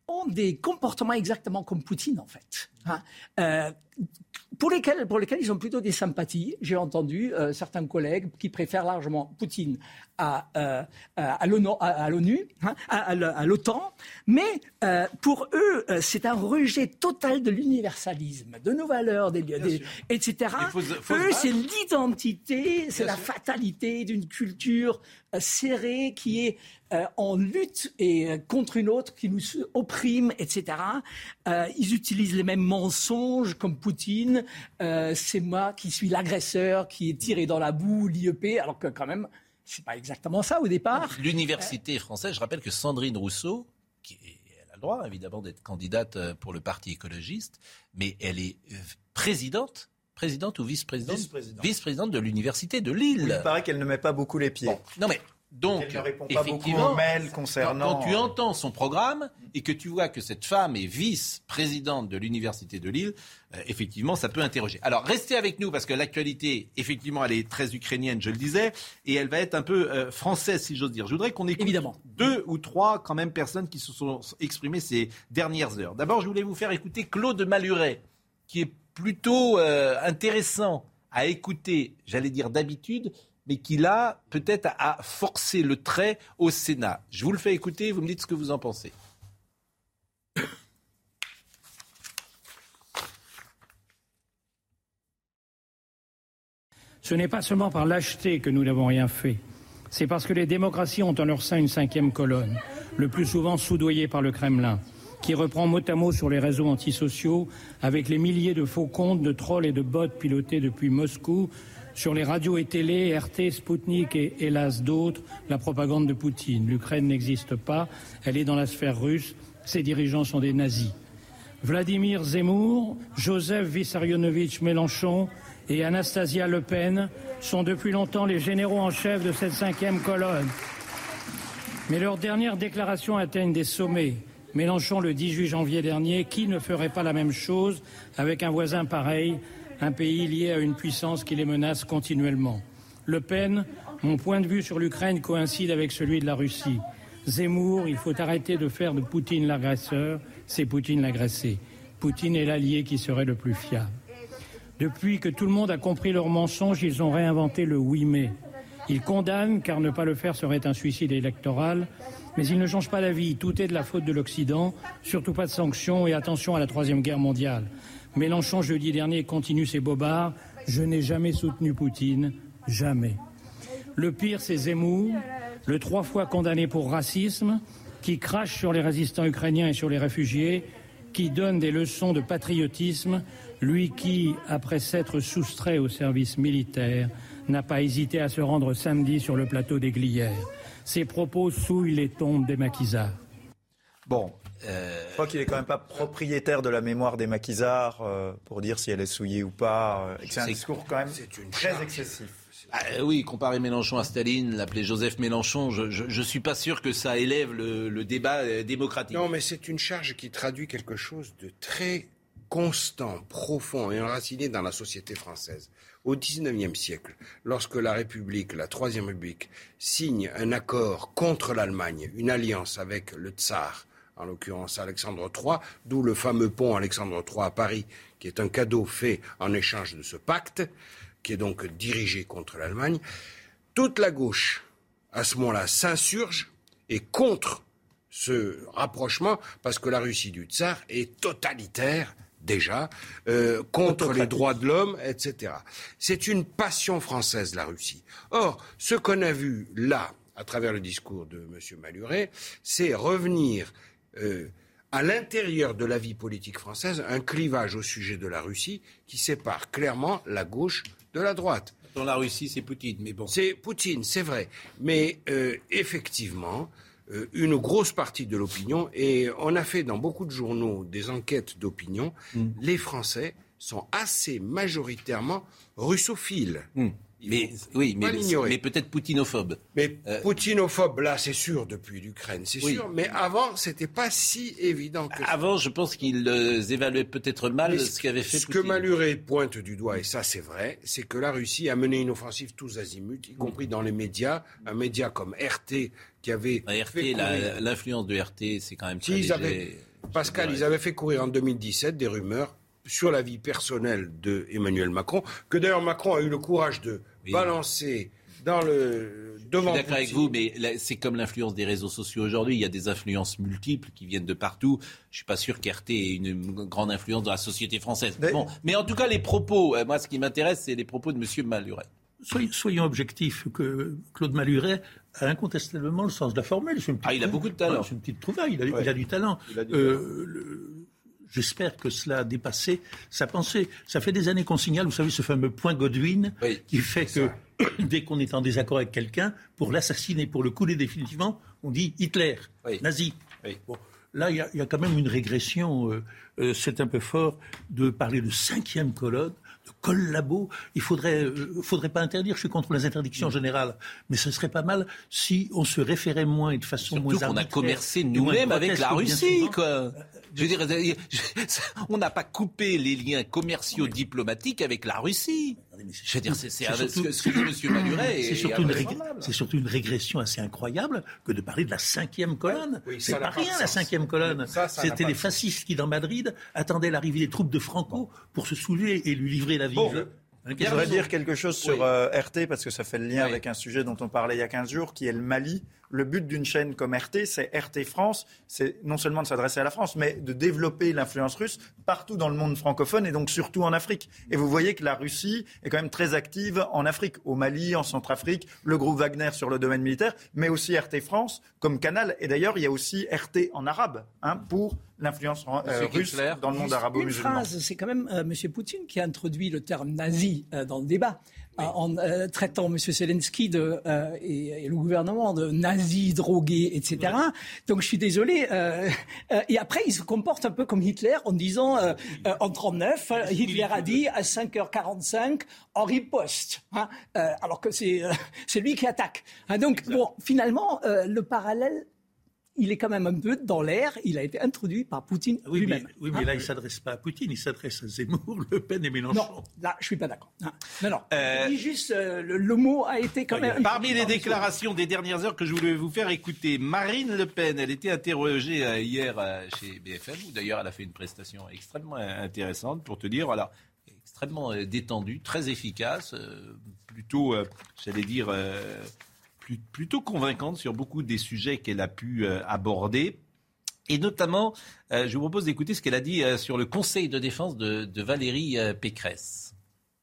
Speaker 1: ont des comportements exactement comme Poutine, en fait. Hein. Euh, pour, lesquels, pour lesquels ils ont plutôt des sympathies. J'ai entendu euh, certains collègues qui préfèrent largement Poutine à, euh, à, l'ONU, à, à l'ONU, hein, à, à l'OTAN. Mais euh, pour eux, euh, c'est un rejet total de l'universalisme, de nos valeurs, des, des, et cetera. Faut, faut eux, c'est l'identité, c'est Bien la sûr. fatalité d'une culture euh, serrée qui est euh, en lutte et, euh, contre une autre qui nous opprime, et cetera. Euh, ils utilisent les mêmes mensonges comme Poutine. Euh, c'est moi qui suis l'agresseur, qui est tiré dans la boue, l'I E P, alors que quand même, c'est pas exactement ça au départ.
Speaker 3: L'université française, je rappelle que Sandrine Rousseau, qui est, elle a le droit évidemment d'être candidate pour le Parti écologiste, mais elle est présidente, présidente ou vice-présidente,
Speaker 5: vice-présidente,
Speaker 3: vice-présidente de l'université de Lille.
Speaker 5: Oui, il paraît qu'elle ne met pas beaucoup les pieds.
Speaker 3: Bon, non mais donc,
Speaker 5: elle ne répond pas beaucoup aux mails concernant...
Speaker 3: Quand tu entends son programme et que tu vois que cette femme est vice-présidente de l'université de Lille, euh, effectivement, ça peut interroger. Alors, restez avec nous parce que l'actualité, effectivement, elle est très ukrainienne, je le disais, et elle va être un peu euh, française, si j'ose dire. Je voudrais qu'on écoute Évidemment. deux ou trois, quand même, personnes qui se sont exprimées ces dernières heures. D'abord, je voulais vous faire écouter Claude Maluret, qui est plutôt euh, intéressant à écouter, j'allais dire d'habitude, mais qui là, peut-être, a forcé le trait au Sénat. Je vous le fais écouter, vous me dites ce que vous en pensez.
Speaker 2: Ce n'est pas seulement par lâcheté que nous n'avons rien fait. C'est parce que les démocraties ont en leur sein une cinquième colonne, le plus souvent soudoyée par le Kremlin, qui reprend mot à mot sur les réseaux antisociaux avec les milliers de faux comptes, de trolls et de bots pilotés depuis Moscou, sur les radios et télé, R T, Sputnik et hélas d'autres, la propagande de Poutine. L'Ukraine n'existe pas, elle est dans la sphère russe, ses dirigeants sont des nazis. Vladimir Zemmour, Joseph Vissarionovitch Mélenchon et Anastasia Le Pen sont depuis longtemps les généraux en chef de cette cinquième colonne. Mais leurs dernières déclarations atteignent des sommets. Mélenchon le dix-huit janvier dernier, qui ne ferait pas la même chose avec un voisin pareil, un pays lié à une puissance qui les menace continuellement. Le Pen, mon point de vue sur l'Ukraine coïncide avec celui de la Russie. Zemmour, il faut arrêter de faire de Poutine l'agresseur, c'est Poutine l'agressé. Poutine est l'allié qui serait le plus fiable. Depuis que tout le monde a compris leur mensonge, ils ont réinventé le oui mais. Ils condamnent, car ne pas le faire serait un suicide électoral, mais ils ne changent pas d'avis. Tout est de la faute de l'Occident, surtout pas de sanctions et attention à la Troisième Guerre mondiale. Mélenchon, jeudi dernier, continue ses bobards. Je n'ai jamais soutenu Poutine, jamais. Le pire, c'est Zemmour, le trois fois condamné pour racisme, qui crache sur les résistants ukrainiens et sur les réfugiés, qui donne des leçons de patriotisme, lui qui, après s'être soustrait au service militaire, n'a pas hésité à se rendre samedi sur le plateau des Glières. Ses propos souillent les tombes des maquisards.
Speaker 5: Bon. Euh... Je crois qu'il n'est quand même pas propriétaire de la mémoire des maquisards euh, pour dire si elle est souillée ou pas. Euh, c'est un c'est discours quand même très charge. excessif.
Speaker 3: Ah, oui, comparer Mélenchon à Staline, l'appeler Joseph Mélenchon, je ne suis pas sûr que ça élève le, le débat euh, démocratique.
Speaker 7: Non, mais c'est une charge qui traduit quelque chose de très constant, profond et enraciné dans la société française. Au dix-neuvième siècle, lorsque la République, la Troisième République, signe un accord contre l'Allemagne, une alliance avec le tsar, en l'occurrence Alexandre trois, d'où le fameux pont Alexandre trois à Paris, qui est un cadeau fait en échange de ce pacte, qui est donc dirigé contre l'Allemagne. Toute la gauche, à ce moment-là, s'insurge et contre ce rapprochement, parce que la Russie du tsar est totalitaire, déjà, euh, contre les droits de l'homme, et cetera. C'est une passion française, la Russie. Or, ce qu'on a vu là, à travers le discours de M. Maluret, c'est revenir euh, à l'intérieur de la vie politique française, un clivage au sujet de la Russie qui sépare clairement la gauche de la droite.
Speaker 3: Dans la Russie, c'est Poutine, mais bon.
Speaker 7: C'est Poutine, c'est vrai. Mais euh, effectivement, euh, une grosse partie de l'opinion, et on a fait dans beaucoup de journaux des enquêtes d'opinion, mmh. les Français sont assez majoritairement russophiles. Mmh.
Speaker 3: Mais, oui, mais, mais peut-être poutinophobe.
Speaker 7: Mais euh, poutinophobe, là, c'est sûr, depuis l'Ukraine, c'est oui. sûr. Mais avant, c'était pas si évident que
Speaker 3: Avant, ça. je pense qu'ils euh, évaluaient peut-être mal ce, ce qu'avait fait
Speaker 7: Ce
Speaker 3: Poutine.
Speaker 7: que Maluret pointe du doigt, et ça c'est vrai, c'est que la Russie a mené une offensive tous azimuts, y compris dans les médias. Un média comme R T, qui avait...
Speaker 3: R T, la, l'influence de R T, c'est quand même très
Speaker 7: ils
Speaker 3: léger.
Speaker 7: Avaient, Pascal, ils avaient fait courir en deux mille dix-sept des rumeurs sur la vie personnelle d'Emmanuel Macron, que d'ailleurs Macron a eu le courage de oui. balancer dans le devant.
Speaker 3: Je suis d'accord avec vous, mais là, c'est comme l'influence des réseaux sociaux aujourd'hui. Il y a des influences multiples qui viennent de partout. Je suis pas sûr qu'R T ait une grande influence dans la société française. Mais, bon, mais en tout cas, les propos. Moi, ce qui m'intéresse, c'est les propos de M. Maluret.
Speaker 4: Soyons, soyons objectifs. Que Claude Maluret a incontestablement le sens de la formule. C'est une
Speaker 3: ah, il a beaucoup de talent.
Speaker 4: C'est une petite trouvaille. Il a, ouais. il a du talent. Il a du euh, talent. Le, J'espère que cela a dépassé sa pensée. Ça fait des années qu'on signale, vous savez, ce fameux point Godwin oui, qui fait que dès qu'on est en désaccord avec quelqu'un, pour l'assassiner, pour le couler définitivement, on dit Hitler, oui. nazi. Oui. Bon, là, il y, y a quand même une régression. Euh, euh, c'est un peu fort de parler de cinquième colonne, de collabo. Il faudrait, euh, faudrait pas interdire. Je suis contre les interdictions mmh. générales, mais ce serait pas mal si on se référait moins et de façon
Speaker 3: surtout
Speaker 4: moins arbitraire.
Speaker 3: Surtout qu'on a commercé nous-mêmes avec la Russie, quoi. Je veux dire, on n'a pas coupé les liens commerciaux oui. diplomatiques avec la Russie. Je veux dire, c'est, c'est, c'est surtout, ce que dit M. Maluret.
Speaker 4: C'est surtout, une rég... c'est surtout une régression assez incroyable que de parler de la cinquième colonne. Oui, c'est pas rien, la cinquième colonne. Ça, ça C'était les fascistes qui, dans Madrid, attendaient l'arrivée des troupes de Franco pour se soulever et lui livrer la vie. Bon.
Speaker 5: Je voudrais dire quelque chose sur oui. euh, R T, parce que ça fait le lien oui. avec un sujet dont on parlait il y a quinze jours, qui est le Mali. Le but d'une chaîne comme R T, c'est R T France, c'est non seulement de s'adresser à la France, mais de développer l'influence russe partout dans le monde francophone et donc surtout en Afrique. Et vous voyez que la Russie est quand même très active en Afrique, au Mali, en Centrafrique, le groupe Wagner sur le domaine militaire, mais aussi R T France comme canal. Et d'ailleurs, il y a aussi R T en arabe, hein, pour l'influence euh, russe dans le monde arabo-musulman.
Speaker 1: Une phrase, c'est quand même euh, M. Poutine qui a introduit le terme nazi euh, dans le débat. Oui. En euh, traitant M. Zelensky de, euh, et, et le gouvernement de nazis, drogués, et cetera. Oui. Donc je suis désolé. Euh, euh, et après, il se comporte un peu comme Hitler en disant, euh, euh, en trente-neuf, Hitler a dit à cinq heures quarante-cinq, on riposte. Hein, euh, alors que c'est, euh, c'est lui qui attaque. Hein, donc exact. Bon, finalement, euh, le parallèle, il est quand même un peu dans l'air. Il a été introduit par Poutine
Speaker 4: oui,
Speaker 1: lui-même.
Speaker 4: Mais, oui, mais hein là, il ne s'adresse pas à Poutine, il s'adresse à Zemmour, Le Pen et Mélenchon.
Speaker 1: Non, là, je ne suis pas d'accord. Non, non, non. Euh... je dis juste, euh, le, le mot a été quand même...
Speaker 3: Parmi les déclarations des dernières heures que je voulais vous faire écouter, Marine Le Pen, elle était interrogée euh, hier euh, chez B F M, où d'ailleurs elle a fait une prestation extrêmement intéressante pour te dire, voilà, extrêmement euh, détendue, très efficace, euh, plutôt, euh, j'allais dire... Euh, plutôt convaincante sur beaucoup des sujets qu'elle a pu euh, aborder. Et notamment, euh, je vous propose d'écouter ce qu'elle a dit euh, sur le conseil de défense de, de Valérie euh, Pécresse.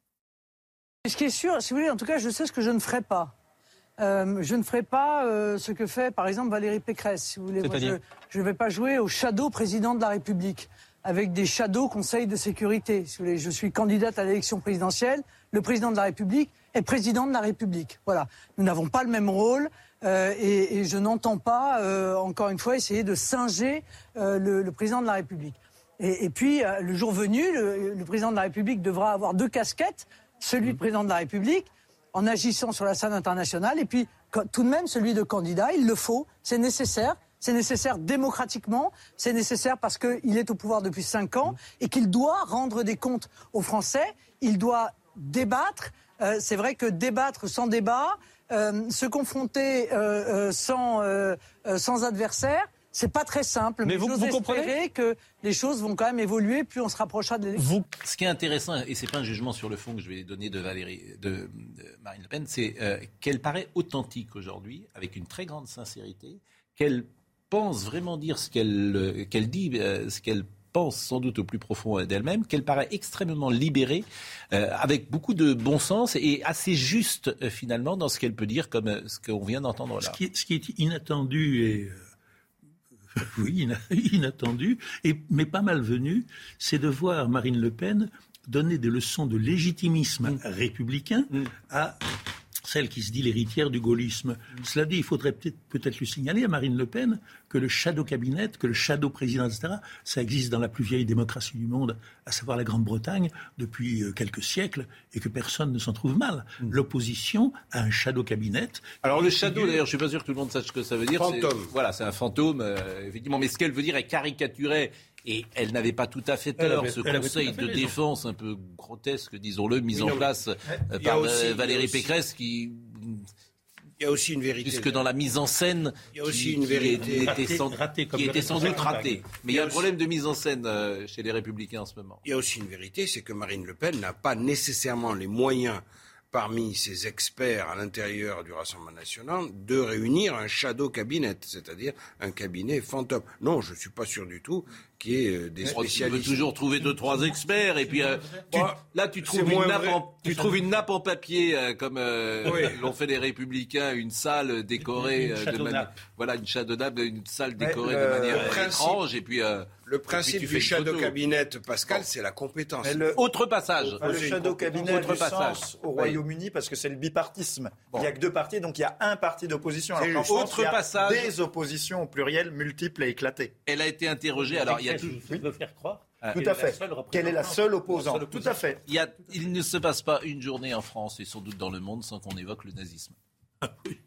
Speaker 6: Ce qui est sûr, si vous voulez, en tout cas, je sais ce que je ne ferai pas. Euh, je ne ferai pas euh, ce que fait, par exemple, Valérie Pécresse. Si vous voulez. Moi, je ne vais pas jouer au shadow président de la République, avec des shadow conseils de sécurité. Si vous voulez. Je suis candidate à l'élection présidentielle. Le président de la République est président de la République. Voilà. Nous n'avons pas le même rôle euh, et, et je n'entends pas, euh, encore une fois, essayer de singer euh, le, le président de la République. Et, et puis, euh, le jour venu, le, le président de la République devra avoir deux casquettes, celui de président de la République, en agissant sur la scène internationale, et puis tout de même celui de candidat. Il le faut, c'est nécessaire. C'est nécessaire démocratiquement, c'est nécessaire parce qu'il est au pouvoir depuis cinq ans et qu'il doit rendre des comptes aux Français. Il doit débattre. Euh, c'est vrai que débattre sans débat, euh, se confronter euh, euh, sans, euh, euh, sans adversaire, c'est pas très simple. Mais, mais vous, vous comprenez que les choses vont quand même évoluer, plus on se rapprochera de l'élection.
Speaker 3: Ce qui est intéressant, et c'est pas un jugement sur le fond que je vais donner de Valérie, de, de Marine Le Pen, c'est euh, qu'elle paraît authentique aujourd'hui, avec une très grande sincérité, qu'elle pense vraiment dire ce qu'elle, qu'elle dit, euh, ce qu'elle pense sans doute au plus profond d'elle-même, qu'elle paraît extrêmement libérée, euh, avec beaucoup de bon sens et assez juste euh, finalement dans ce qu'elle peut dire, comme euh, ce qu'on vient d'entendre là.
Speaker 4: Ce qui est, ce qui est inattendu et euh, oui inattendu, et, mais pas malvenu, c'est de voir Marine Le Pen donner des leçons de légitimisme mmh. républicain mmh. à celle qui se dit l'héritière du gaullisme. Mmh. Cela dit, il faudrait peut-être, peut-être lui signaler à Marine Le Pen que le shadow cabinet, que le shadow président, et cetera, ça existe dans la plus vieille démocratie du monde, à savoir la Grande-Bretagne, depuis quelques siècles, et que personne ne s'en trouve mal. Mmh. L'opposition a un shadow cabinet.
Speaker 3: Alors le shadow, d'ailleurs, je ne suis pas sûr que tout le monde sache ce que ça veut dire.
Speaker 7: Fantôme.
Speaker 3: C'est, voilà, c'est un fantôme, euh, effectivement. Mais ce qu'elle veut dire est caricaturé. Et elle n'avait pas tout à fait tort, avait, ce conseil de raison. Défense un peu grotesque, disons-le, mis oui, en place euh, par Aussi, Valérie Pécresse, qui
Speaker 7: Il y a aussi une vérité.
Speaker 3: Puisque dans la mise en scène,
Speaker 7: il y a aussi
Speaker 3: qui,
Speaker 7: une vérité
Speaker 3: qui était sans,
Speaker 8: raté,
Speaker 3: qui était sans doute ratée. Mais il y a un
Speaker 7: aussi...
Speaker 3: problème de mise en scène euh, chez les Républicains en ce moment.
Speaker 7: Il y a aussi une vérité, c'est que Marine Le Pen n'a pas nécessairement les moyens, parmi ses experts à l'intérieur du Rassemblement national, de réunir un shadow cabinet, c'est-à-dire un cabinet fantôme. Non, je ne suis pas sûr du tout qu'il y ait euh, des spécialistes.
Speaker 3: Tu peux toujours trouver deux, trois experts, et puis euh, tu, là tu trouves, une nappe, en, tu trouves une nappe en papier, euh, comme euh, oui. l'ont fait les Républicains, une salle décorée, euh, de manière, voilà, une shadow nappe, une salle décorée ouais, le, de manière principe, étrange, et puis... Euh,
Speaker 7: Le principe du shadow cabinet, Pascal, c'est la compétence. Le,
Speaker 3: autre passage.
Speaker 5: Le shadow cabinet a du sens au Royaume-Uni oui. parce que c'est le bipartisme. Bon. Il n'y a que deux partis, donc il y a un parti d'opposition. Alors qu'en France, il y a passage. des oppositions au pluriel, multiples et éclatées.
Speaker 3: Elle a été interrogée. Alors, il y a tout.
Speaker 8: Oui. veut faire croire.
Speaker 5: Tout à fait. Quelle est la seule opposante ? Tout à fait.
Speaker 3: Il, y a, il ne se passe pas une journée en France et sans doute dans le monde sans qu'on évoque le nazisme. Ah oui.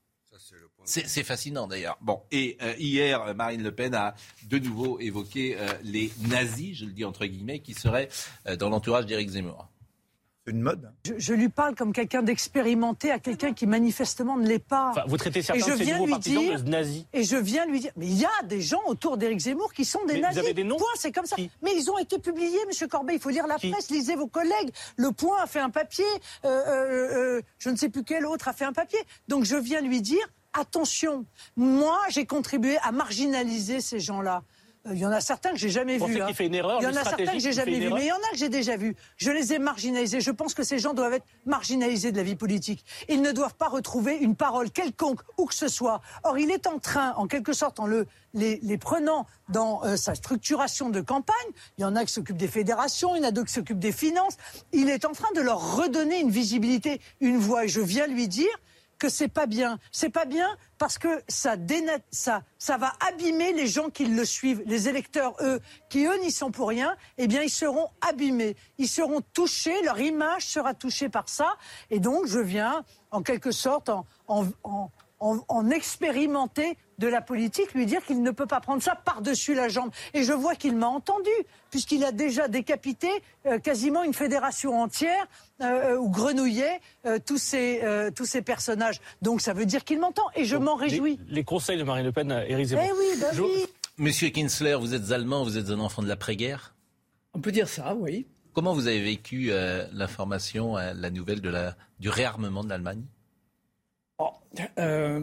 Speaker 3: C'est, c'est fascinant d'ailleurs. Bon, et euh, hier, Marine Le Pen a de nouveau évoqué euh, les nazis, je le dis entre guillemets, qui seraient euh, dans l'entourage d'Éric Zemmour.
Speaker 5: C'est une mode.
Speaker 6: Je, je lui parle comme quelqu'un d'expérimenté à quelqu'un qui manifestement ne l'est pas.
Speaker 9: Enfin, vous traitez certains de ces nouveaux partisans de nazis.
Speaker 6: Et je viens lui dire, mais il y a des gens autour d'Éric Zemmour qui sont des mais nazis.
Speaker 9: Vous avez des noms ?
Speaker 6: Point, c'est comme ça.
Speaker 9: Qui ?
Speaker 6: Mais ils ont été publiés, Monsieur Corbet. Il faut lire la
Speaker 9: qui ?
Speaker 6: presse, lisez vos collègues. Le Point a fait un papier. Euh, euh, euh, je ne sais plus quel autre a fait un papier. Donc je viens lui dire. Attention, moi j'ai contribué à marginaliser ces gens-là. Il euh, y en a certains que j'ai jamais vus.
Speaker 9: Hein. Qu'il fait une erreur,
Speaker 6: il y en a certains que j'ai jamais vus, mais il y en a que j'ai déjà vus. Je les ai marginalisés. Je pense que ces gens doivent être marginalisés de la vie politique. Ils ne doivent pas retrouver une parole quelconque où que ce soit. Or, il est en train, en quelque sorte, en le, les, les prenant dans euh, sa structuration de campagne, il y en a qui s'occupent des fédérations, il y en a d'autres qui s'occupent des finances. Il est en train de leur redonner une visibilité, une voix. Et je viens lui dire que c'est pas bien. C'est pas bien parce que ça, dénat- ça, ça va abîmer les gens qui le suivent. Les électeurs, eux, qui eux n'y sont pour rien, eh bien ils seront abîmés. Ils seront touchés, leur image sera touchée par ça. Et donc je viens, en quelque sorte, en, en, en, en, en expérimenter de la politique, lui dire qu'il ne peut pas prendre ça par-dessus la jambe. Et je vois qu'il m'a entendu, puisqu'il a déjà décapité euh, quasiment une fédération entière, euh, ou grenouillait euh, tous, ces, euh, tous ces personnages. Donc ça veut dire qu'il m'entend, et je Donc, m'en réjouis.
Speaker 9: Les, les conseils de Marine Le Pen à Éric Zemmour.
Speaker 6: Eh oui, bah
Speaker 9: je...
Speaker 6: oui.
Speaker 3: Monsieur Kinsler, vous êtes allemand, vous êtes un enfant de l'après-guerre ?
Speaker 1: On peut dire ça, oui.
Speaker 3: Comment vous avez vécu euh, l'information, euh, la nouvelle de la, du réarmement de l'Allemagne ?
Speaker 1: oh, euh...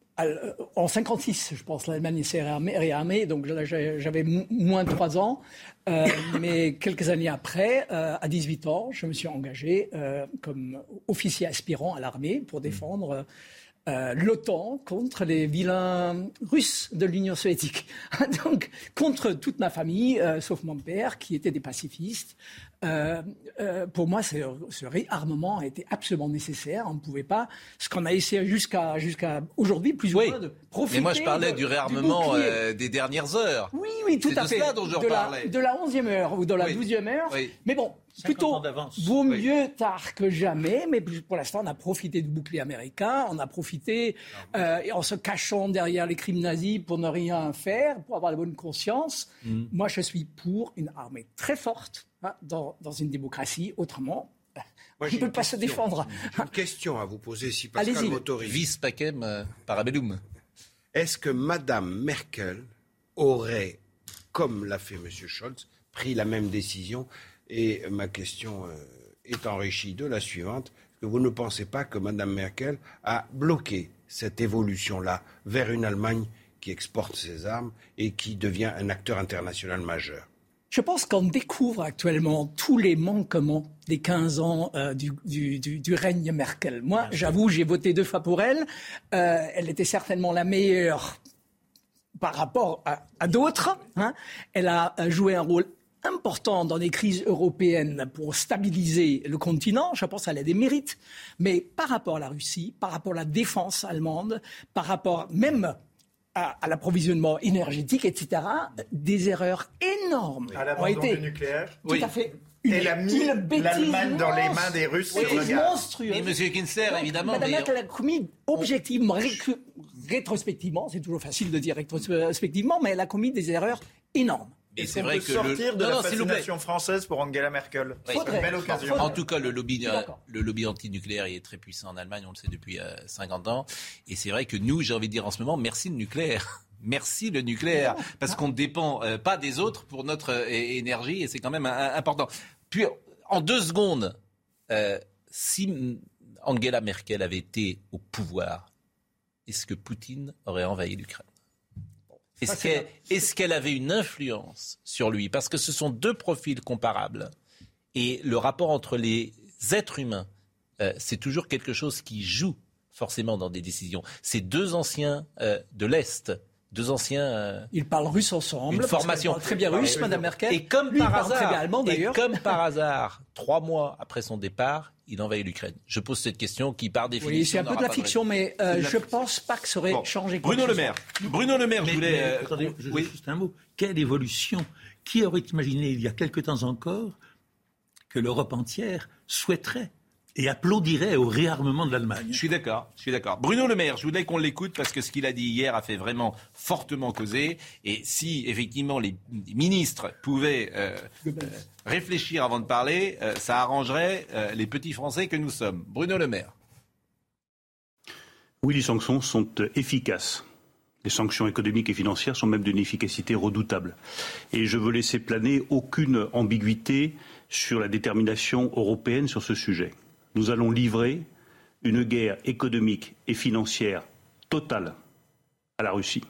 Speaker 1: En cinquante-six, je pense, l'Allemagne s'est réarmée, donc là, j'avais moins de trois ans. Euh, mais quelques années après, euh, à dix-huit ans, je me suis engagé euh, comme officier aspirant à l'armée pour défendre euh, l'OTAN contre les vilains russes de l'Union soviétique. Donc, contre toute ma famille, euh, sauf mon père, qui était des pacifistes. Euh, euh, pour moi, ce, ce réarmement a été absolument nécessaire. On ne pouvait pas, ce qu'on a essayé jusqu'à, jusqu'à aujourd'hui, plus ou
Speaker 3: oui.
Speaker 1: moins, de profiter.
Speaker 3: Mais moi, je parlais de, du réarmement
Speaker 1: du
Speaker 3: euh, des dernières heures.
Speaker 1: Oui, oui, tout
Speaker 3: C'est
Speaker 1: à
Speaker 3: de
Speaker 1: fait.
Speaker 3: Cela dont je
Speaker 1: de,
Speaker 3: parlais.
Speaker 1: la, de la onzième heure ou de la
Speaker 3: oui.
Speaker 1: douzième heure.
Speaker 3: Oui.
Speaker 1: Mais bon, plutôt, vaut mieux oui. tard que jamais. Mais pour l'instant, on a profité du bouclier américain. On a profité, euh, en se cachant derrière les crimes nazis pour ne rien faire, pour avoir la bonne conscience. Mm. Moi, je suis pour une armée très forte. Hein, dans, dans une démocratie, autrement, Moi, on ne peut pas question, se défendre.
Speaker 7: J'ai une question à vous poser, si Pascal Allez-y. m'autorise.
Speaker 3: Vis pacem euh, parabellum.
Speaker 7: Est-ce que Mme Merkel aurait, comme l'a fait M. Scholz, pris la même décision ? Et ma question euh, est enrichie de la suivante. Est-ce que vous ne pensez pas que Mme Merkel a bloqué cette évolution-là vers une Allemagne qui exporte ses armes et qui devient un acteur international majeur ?
Speaker 1: Je pense qu'on découvre actuellement tous les manquements des quinze ans euh, du, du, du, du règne Merkel. Moi, Bien j'avoue, sûr. j'ai voté deux fois pour elle. Euh, elle était certainement la meilleure par rapport à, à d'autres. Hein. Elle a joué un rôle important dans les crises européennes pour stabiliser le continent. Je pense qu'elle a des mérites. Mais par rapport à la Russie, par rapport à la défense allemande, par rapport même à l'approvisionnement énergétique, et cetera, des erreurs énormes
Speaker 5: à l'abandon
Speaker 1: ont été
Speaker 5: du nucléaire.
Speaker 1: Tout oui. à fait.
Speaker 5: Une, Elle a mis l'Allemagne dans les mains des Russes.
Speaker 1: Oui, c'est monstrueux.
Speaker 3: Et M. Kinsler,
Speaker 1: Donc,
Speaker 3: évidemment.
Speaker 1: Madame
Speaker 3: mais...
Speaker 1: Merkel a commis objectivement, rétrospectivement, c'est toujours facile de dire rétrospectivement, mais elle a commis des erreurs énormes.
Speaker 3: Et
Speaker 5: Est-ce
Speaker 3: c'est
Speaker 5: qu'on
Speaker 3: vrai
Speaker 5: peut
Speaker 3: que
Speaker 5: sortir
Speaker 3: le...
Speaker 5: de
Speaker 3: non,
Speaker 5: la
Speaker 3: non,
Speaker 5: fascination française pour Angela Merkel.
Speaker 3: Oui.
Speaker 5: C'est une belle occasion.
Speaker 3: En tout cas, le lobby, euh, le lobby anti-nucléaire est très puissant en Allemagne, on le sait depuis euh, cinquante ans. Et c'est vrai que nous, j'ai envie de dire en ce moment, merci le nucléaire. Merci le nucléaire, parce qu'on ne dépend euh, pas des autres pour notre euh, énergie, et c'est quand même un, important. Puis, en deux secondes, euh, si Angela Merkel avait été au pouvoir, est-ce que Poutine aurait envahi l'Ukraine ? Est-ce
Speaker 1: Ça,
Speaker 3: qu'elle, est-ce qu'elle avait une influence sur lui ? Parce que ce sont deux profils comparables. Et le rapport entre les êtres humains, euh, c'est toujours quelque chose qui joue forcément dans des décisions. Ces deux anciens euh, de l'Est, deux anciens... Euh,
Speaker 1: ils parlent russe ensemble.
Speaker 3: Une formation.
Speaker 1: Ils parlent très bien russe,
Speaker 3: et,
Speaker 1: Mme Merkel.
Speaker 3: Et comme
Speaker 1: Lui,
Speaker 3: par
Speaker 1: il parle
Speaker 3: hasard,
Speaker 1: très bien allemand, d'ailleurs.
Speaker 3: et comme par hasard, trois mois après son départ, il envahit l'Ukraine. Je pose cette question qui, par définition...
Speaker 1: Oui, c'est un peu de la fiction, de mais euh, je ne pense pas que ça aurait bon. changé quoi
Speaker 3: Bruno
Speaker 1: que
Speaker 3: Le Maire. Bruno Le Maire,
Speaker 4: mais,
Speaker 3: je voulais...
Speaker 4: Mais,
Speaker 3: euh,
Speaker 4: attendez, je,
Speaker 3: oui.
Speaker 4: juste un mot. Quelle évolution ? Qui aurait imaginé, il y a quelque temps encore, que l'Europe entière souhaiterait et applaudirait au réarmement de l'Allemagne.
Speaker 3: Je suis d'accord, je suis d'accord. Bruno Le Maire, je voulais qu'on l'écoute parce que ce qu'il a dit hier a fait vraiment fortement causer. Et si effectivement les ministres pouvaient euh, euh, réfléchir avant de parler, euh, ça arrangerait euh, les petits Français que nous sommes. Bruno Le Maire.
Speaker 11: Oui, les sanctions sont efficaces. Les sanctions économiques et financières sont même d'une efficacité redoutable. Et je veux laisser planer aucune ambiguïté sur la détermination européenne sur ce sujet. Nous allons livrer une guerre économique et financière totale à la Russie.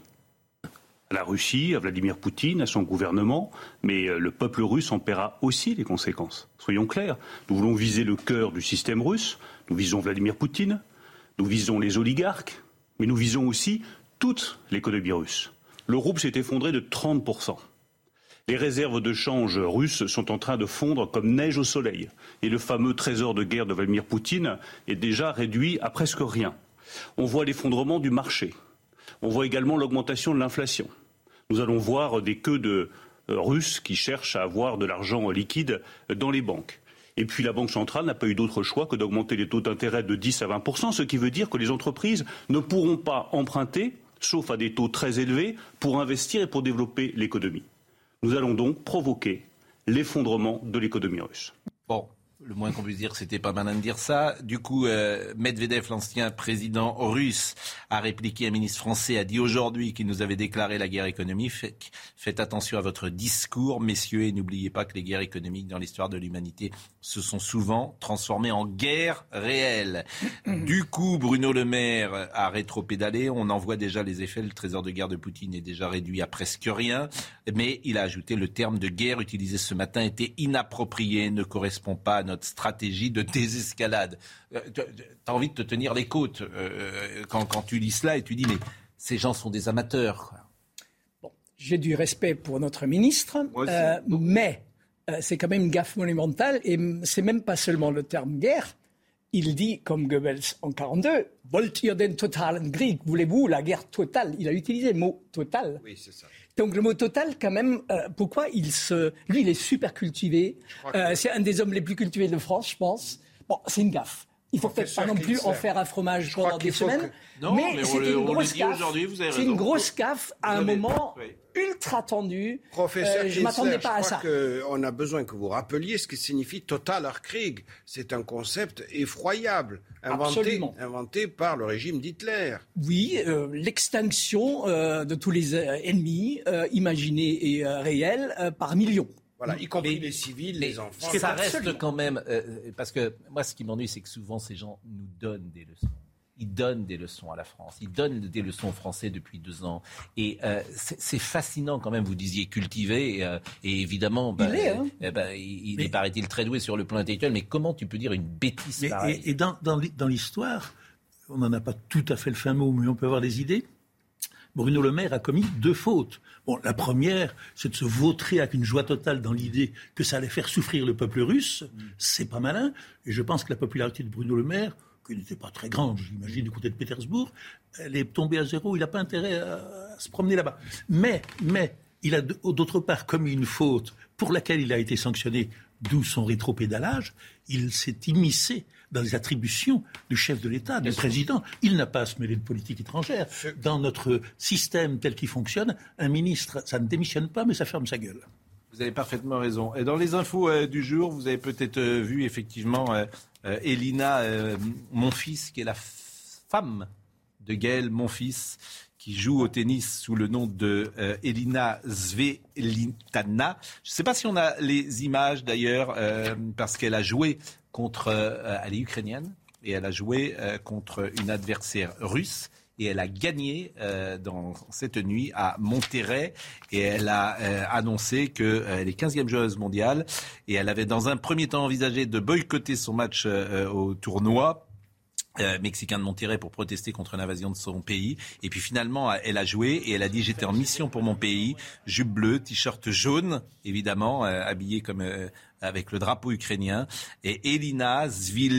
Speaker 11: À la Russie, à Vladimir Poutine, à son gouvernement, mais le peuple russe en paiera aussi les conséquences. Soyons clairs, nous voulons viser le cœur du système russe, nous visons Vladimir Poutine, nous visons les oligarques, mais nous visons aussi toute l'économie russe. Le rouble s'est effondré de trente pour cent. Les réserves de change russes sont en train de fondre comme neige au soleil. Et le fameux trésor de guerre de Vladimir Poutine est déjà réduit à presque rien. On voit l'effondrement du marché. On voit également l'augmentation de l'inflation. Nous allons voir des queues de euh, Russes qui cherchent à avoir de l'argent liquide dans les banques. Et puis la Banque centrale n'a pas eu d'autre choix que d'augmenter les taux d'intérêt de dix à vingt pour cent, ce qui veut dire que les entreprises ne pourront pas emprunter, sauf à des taux très élevés, pour investir et pour développer l'économie. Nous allons donc provoquer l'effondrement de l'économie russe.
Speaker 3: Bon, le moins qu'on puisse dire, c'était pas malin de dire ça. Du coup, euh, Medvedev, l'ancien président russe, a répliqué. Un ministre français a dit aujourd'hui qu'il nous avait déclaré la guerre économique. Faites, faites attention à votre discours, messieurs, et n'oubliez pas que les guerres économiques dans l'histoire de l'humanité se sont souvent transformées en guerre réelle. Du coup, Bruno Le Maire a rétropédalé. On en voit déjà les effets. Le trésor de guerre de Poutine est déjà réduit à presque rien. Mais il a ajouté le terme de guerre utilisé ce matin était inapproprié, ne correspond pas à notre stratégie de désescalade. Euh, tu as envie de te tenir les côtes euh, quand, quand tu lis cela et tu dis mais ces gens sont des amateurs. Quoi.
Speaker 1: Bon, j'ai du respect pour notre ministre, euh, mais euh, c'est quand même une gaffe monumentale et c'est même pas seulement le terme guerre. Il dit, comme Goebbels en quarante-deux, « Wollt ihr den totalen Krieg » ? Voulez-vous la guerre totale ? Il a utilisé le mot « total ».
Speaker 7: Oui, c'est ça.
Speaker 1: Donc le mot total, quand même, euh, pourquoi il se... Lui, il est super cultivé. Euh, c'est un des hommes les plus cultivés de France, je pense. Bon, c'est une gaffe. Il faut peut-être pas non plus en faire un fromage pendant des semaines.
Speaker 3: Que... Non, mais, mais c'est une grosse gaffe. C'est
Speaker 1: une grosse gaffe à un moment oui. ultra tendu.
Speaker 7: Professeur
Speaker 1: euh, je ne m'attendais pas à ça.
Speaker 7: On a besoin que vous rappeliez ce que signifie Totaler Krieg. C'est un concept effroyable, inventé, inventé par le régime d'Hitler.
Speaker 1: Oui, euh, l'extinction euh, de tous les euh, ennemis, euh, imaginés et euh, réels, euh, par millions.
Speaker 7: Voilà, y compris mais, les civils, les enfants.
Speaker 3: Ça reste quand même... Euh, parce que moi, ce qui m'ennuie, c'est que souvent, ces gens nous donnent des leçons. Ils donnent des leçons à la France. Ils donnent des leçons aux Français depuis deux ans. Et euh, c'est, c'est fascinant quand même, vous disiez cultivé. Et, euh, et évidemment, bah,
Speaker 1: il est, hein.
Speaker 3: euh, bah, il, il est, paraît-il, très doué sur le plan intellectuel. Mais comment tu peux dire une bêtise
Speaker 4: mais,
Speaker 3: pareille ?
Speaker 4: Et, et dans, dans, dans l'histoire, on n'en a pas tout à fait le fin mot, mais on peut avoir des idées. Bruno Le Maire a commis deux fautes. Bon, la première, c'est de se vautrer avec une joie totale dans l'idée que ça allait faire souffrir le peuple russe. Mmh. C'est pas malin. Et je pense que la popularité de Bruno Le Maire, qui n'était pas très grande, j'imagine, du côté de Pétersbourg, elle est tombée à zéro. Il n'a pas intérêt à, à se promener là-bas. Mais, mais, il a d'autre part commis une faute pour laquelle il a été sanctionné d'où son rétropédalage, il s'est immiscé dans les attributions du chef de l'État, du président. Il n'a pas à se mêler de politique étrangère. Dans notre système tel qu'il fonctionne, un ministre, ça ne démissionne pas, mais ça ferme sa gueule.
Speaker 3: Vous avez parfaitement raison. Et dans les infos euh, du jour, vous avez peut-être euh, vu effectivement euh, euh, Elina euh, Monfils, qui est la f- femme de Gaël Monfils, qui joue au tennis sous le nom de euh, Elina Svitolina. Je ne sais pas si on a les images d'ailleurs, euh, parce qu'elle a joué contre... Euh, elle est ukrainienne, et elle a joué euh, contre une adversaire russe. Et elle a gagné euh, dans cette nuit à Monterrey. Et elle a euh, annoncé qu'elle euh, est quinzième joueuse mondiale. Et elle avait dans un premier temps envisagé de boycotter son match euh, au tournoi Euh, mexicain de Monterrey pour protester contre l'invasion de son pays. Et puis finalement, elle a joué et elle a dit « J'étais en mission pour mon pays, jupe bleue, t-shirt jaune, évidemment, euh, habillée comme euh, avec le drapeau ukrainien. » Et Elina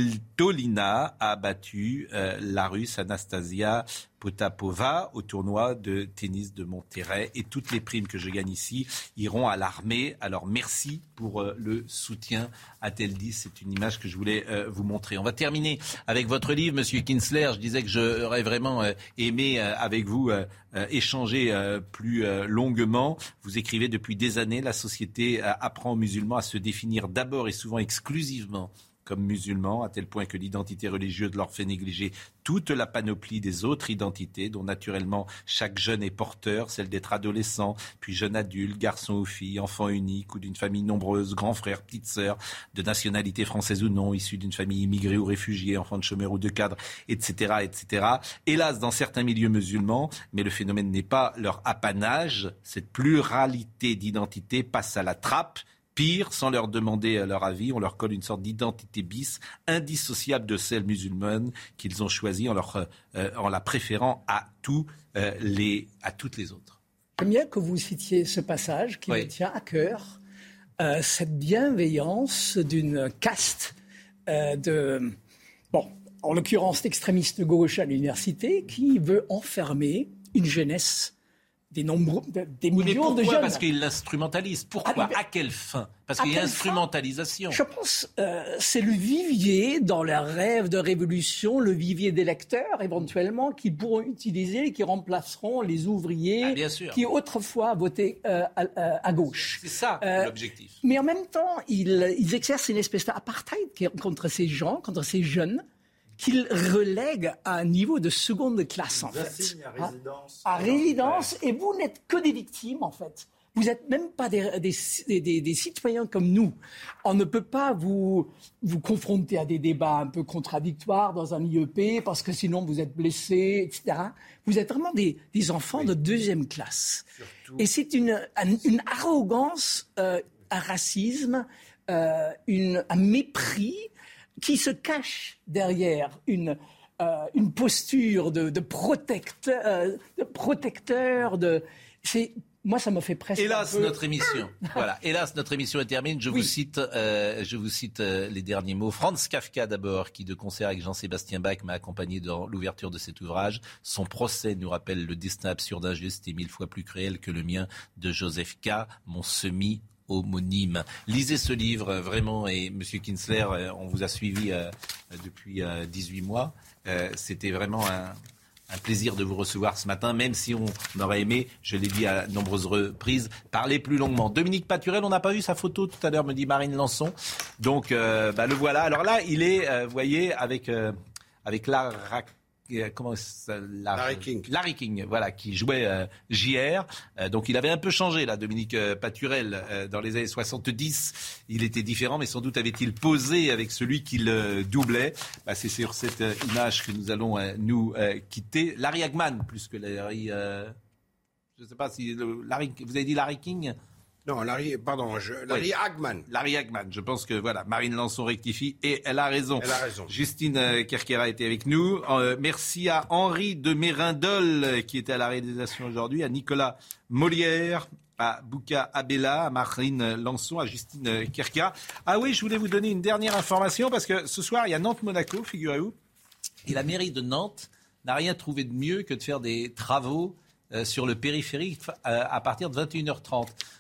Speaker 3: Svitolina a battu euh, la Russe Anastasia Potapova au tournoi de tennis de Monterrey. Et toutes les primes que je gagne ici iront à l'armée. Alors merci pour euh, le soutien, a-t-elle dit. C'est une image que je voulais euh, vous montrer. On va terminer avec votre livre, Monsieur Kinsler. Je disais que j'aurais vraiment euh, aimé euh, avec vous euh, euh, échanger euh, plus euh, longuement. Vous écrivez depuis des années, la société euh, apprend aux musulmans à se définir d'abord et souvent exclusivement comme musulmans, à tel point que l'identité religieuse leur fait négliger toute la panoplie des autres identités, dont naturellement chaque jeune est porteur, celle d'être adolescent, puis jeune adulte, garçon ou fille, enfant unique ou d'une famille nombreuse, grand frère, petite sœur, de nationalité française ou non, issu d'une famille immigrée ou réfugiée, enfant de chômeur ou de cadre, et cetera, et cetera. Hélas, dans certains milieux musulmans, mais le phénomène n'est pas leur apanage, cette pluralité d'identités passe à la trappe. Pire, sans leur demander leur avis, on leur colle une sorte d'identité bis, indissociable de celle musulmane qu'ils ont choisie en, leur, euh, en la préférant à, tous, euh, les, à toutes les autres.
Speaker 1: J'aime bien que vous citiez ce passage qui oui. me tient à cœur, euh, cette bienveillance d'une caste euh, de... Bon, en l'occurrence, d'extrémistes de gauche à l'université qui veut enfermer une jeunesse des nombreux, des millions
Speaker 3: oui, mais pourquoi
Speaker 1: de jeunes.
Speaker 3: Parce qu'il l'instrumentalise. Pourquoi ah, À quelle fin Parce qu'il y a instrumentalisation.
Speaker 1: Je pense euh, c'est le vivier dans les rêves de révolution, le vivier des lecteurs éventuellement qui pourront utiliser, qui remplaceront les ouvriers
Speaker 3: ah,
Speaker 1: qui autrefois votaient euh, à, à gauche.
Speaker 3: C'est ça euh, l'objectif.
Speaker 1: Mais en même temps, ils, ils exercent une espèce d'apartheid contre ces gens, contre ces jeunes, qu'ils relèguent à un niveau de seconde classe, en fait.
Speaker 5: À résidence.
Speaker 1: À, à résidence, et vous n'êtes que des victimes, en fait. Vous n'êtes même pas des, des, des, des citoyens comme nous. On ne peut pas vous, vous confronter à des débats un peu contradictoires dans un I E P, parce que sinon vous êtes blessés, et cetera. Vous êtes vraiment des, des enfants oui. de deuxième classe. Surtout. Et c'est une, une arrogance, euh, un racisme, euh, une, un mépris qui se cache derrière une, euh, une posture de, de, protecteur, euh, de protecteur. De... C'est... Moi, ça me fait presque.
Speaker 3: Hélas,
Speaker 1: un peu...
Speaker 3: notre émission. Voilà. Hélas, notre émission est terminée. Je oui. vous cite, euh, je vous cite euh, les derniers mots. Franz Kafka, d'abord, qui, de concert avec Jean-Sébastien Bach, m'a accompagné dans l'ouverture de cet ouvrage. Son procès nous rappelle le destin absurde, injuste et mille fois plus cruel que le mien de Joseph K., mon semi homonyme. Lisez ce livre, vraiment, et Monsieur Kinsler, on vous a suivi euh, depuis euh, dix-huit mois. Euh, c'était vraiment un, un plaisir de vous recevoir ce matin, même si on aurait aimé, je l'ai dit à de nombreuses reprises, parler plus longuement. Dominique Paturel, on n'a pas vu sa photo tout à l'heure, me dit Marine Lançon. Donc, euh, bah, le voilà. Alors là, il est, euh, vous voyez, avec, euh, avec la... Comment ça, la,
Speaker 7: Larry King.
Speaker 3: Larry King, voilà, qui jouait euh, J R. Euh, donc il avait un peu changé, là, Dominique euh, Paturel. Euh, dans les années soixante-dix, il était différent, mais sans doute avait-il posé avec celui qui le doublait. Bah, c'est sur cette euh, image que nous allons euh, nous euh, quitter. Larry Hagman, plus que Larry... Euh, je ne sais pas si... Le, Larry, vous avez dit Larry King ?
Speaker 7: Non, Larry, pardon, je, Larry oui. Hagman.
Speaker 3: Larry Hagman, je pense que voilà, Marine Lançon rectifie et elle a raison.
Speaker 7: Elle a raison.
Speaker 3: Justine euh, Kerkera était avec nous. Euh, merci à Henri de Mérindol euh, qui était à la réalisation aujourd'hui, à Nicolas Molière, à Bouka Abella, à Marine Lançon, à Justine Kerkera. Ah oui, je voulais vous donner une dernière information parce que ce soir, il y a Nantes-Monaco, figurez-vous. Et la mairie de Nantes n'a rien trouvé de mieux que de faire des travaux euh, sur le périphérique euh, à partir de vingt et une heures trente.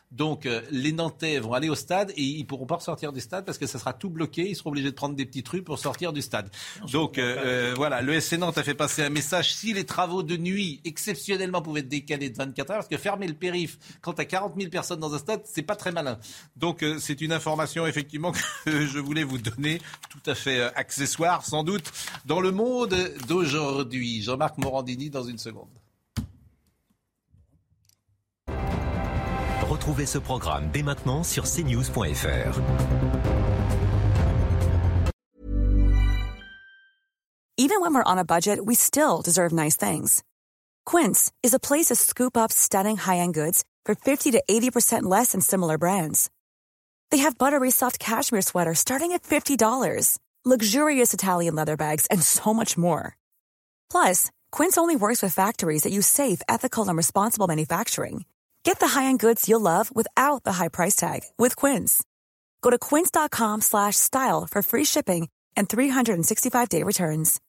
Speaker 3: Donc euh, les Nantais vont aller au stade et ils pourront pas ressortir du stade parce que ça sera tout bloqué. Ils seront obligés de prendre des petites rues pour sortir du stade. Donc euh, euh, voilà, le S C Nantes a fait passer un message. Si les travaux de nuit exceptionnellement pouvaient être décalés de vingt-quatre heures, parce que fermer le périph' quand t'as quarante mille personnes dans un stade, c'est pas très malin. Donc euh, c'est une information effectivement que je voulais vous donner, tout à fait euh, accessoire sans doute dans le monde d'aujourd'hui. Jean-Marc Morandini dans une seconde.
Speaker 12: Retrouvez ce programme dès maintenant sur c news point f r.
Speaker 13: Even when we're on a budget, we still deserve nice things. Quince is a place to scoop up stunning high-end goods for fifty to eighty percent less than similar brands. They have buttery soft cashmere sweaters starting at fifty dollars, luxurious Italian leather bags, and so much more. Plus, Quince only works with factories that use safe, ethical, and responsible manufacturing. Get the high-end goods you'll love without the high price tag with Quince. Go to quince dot com slash style for free shipping and three sixty-five day returns.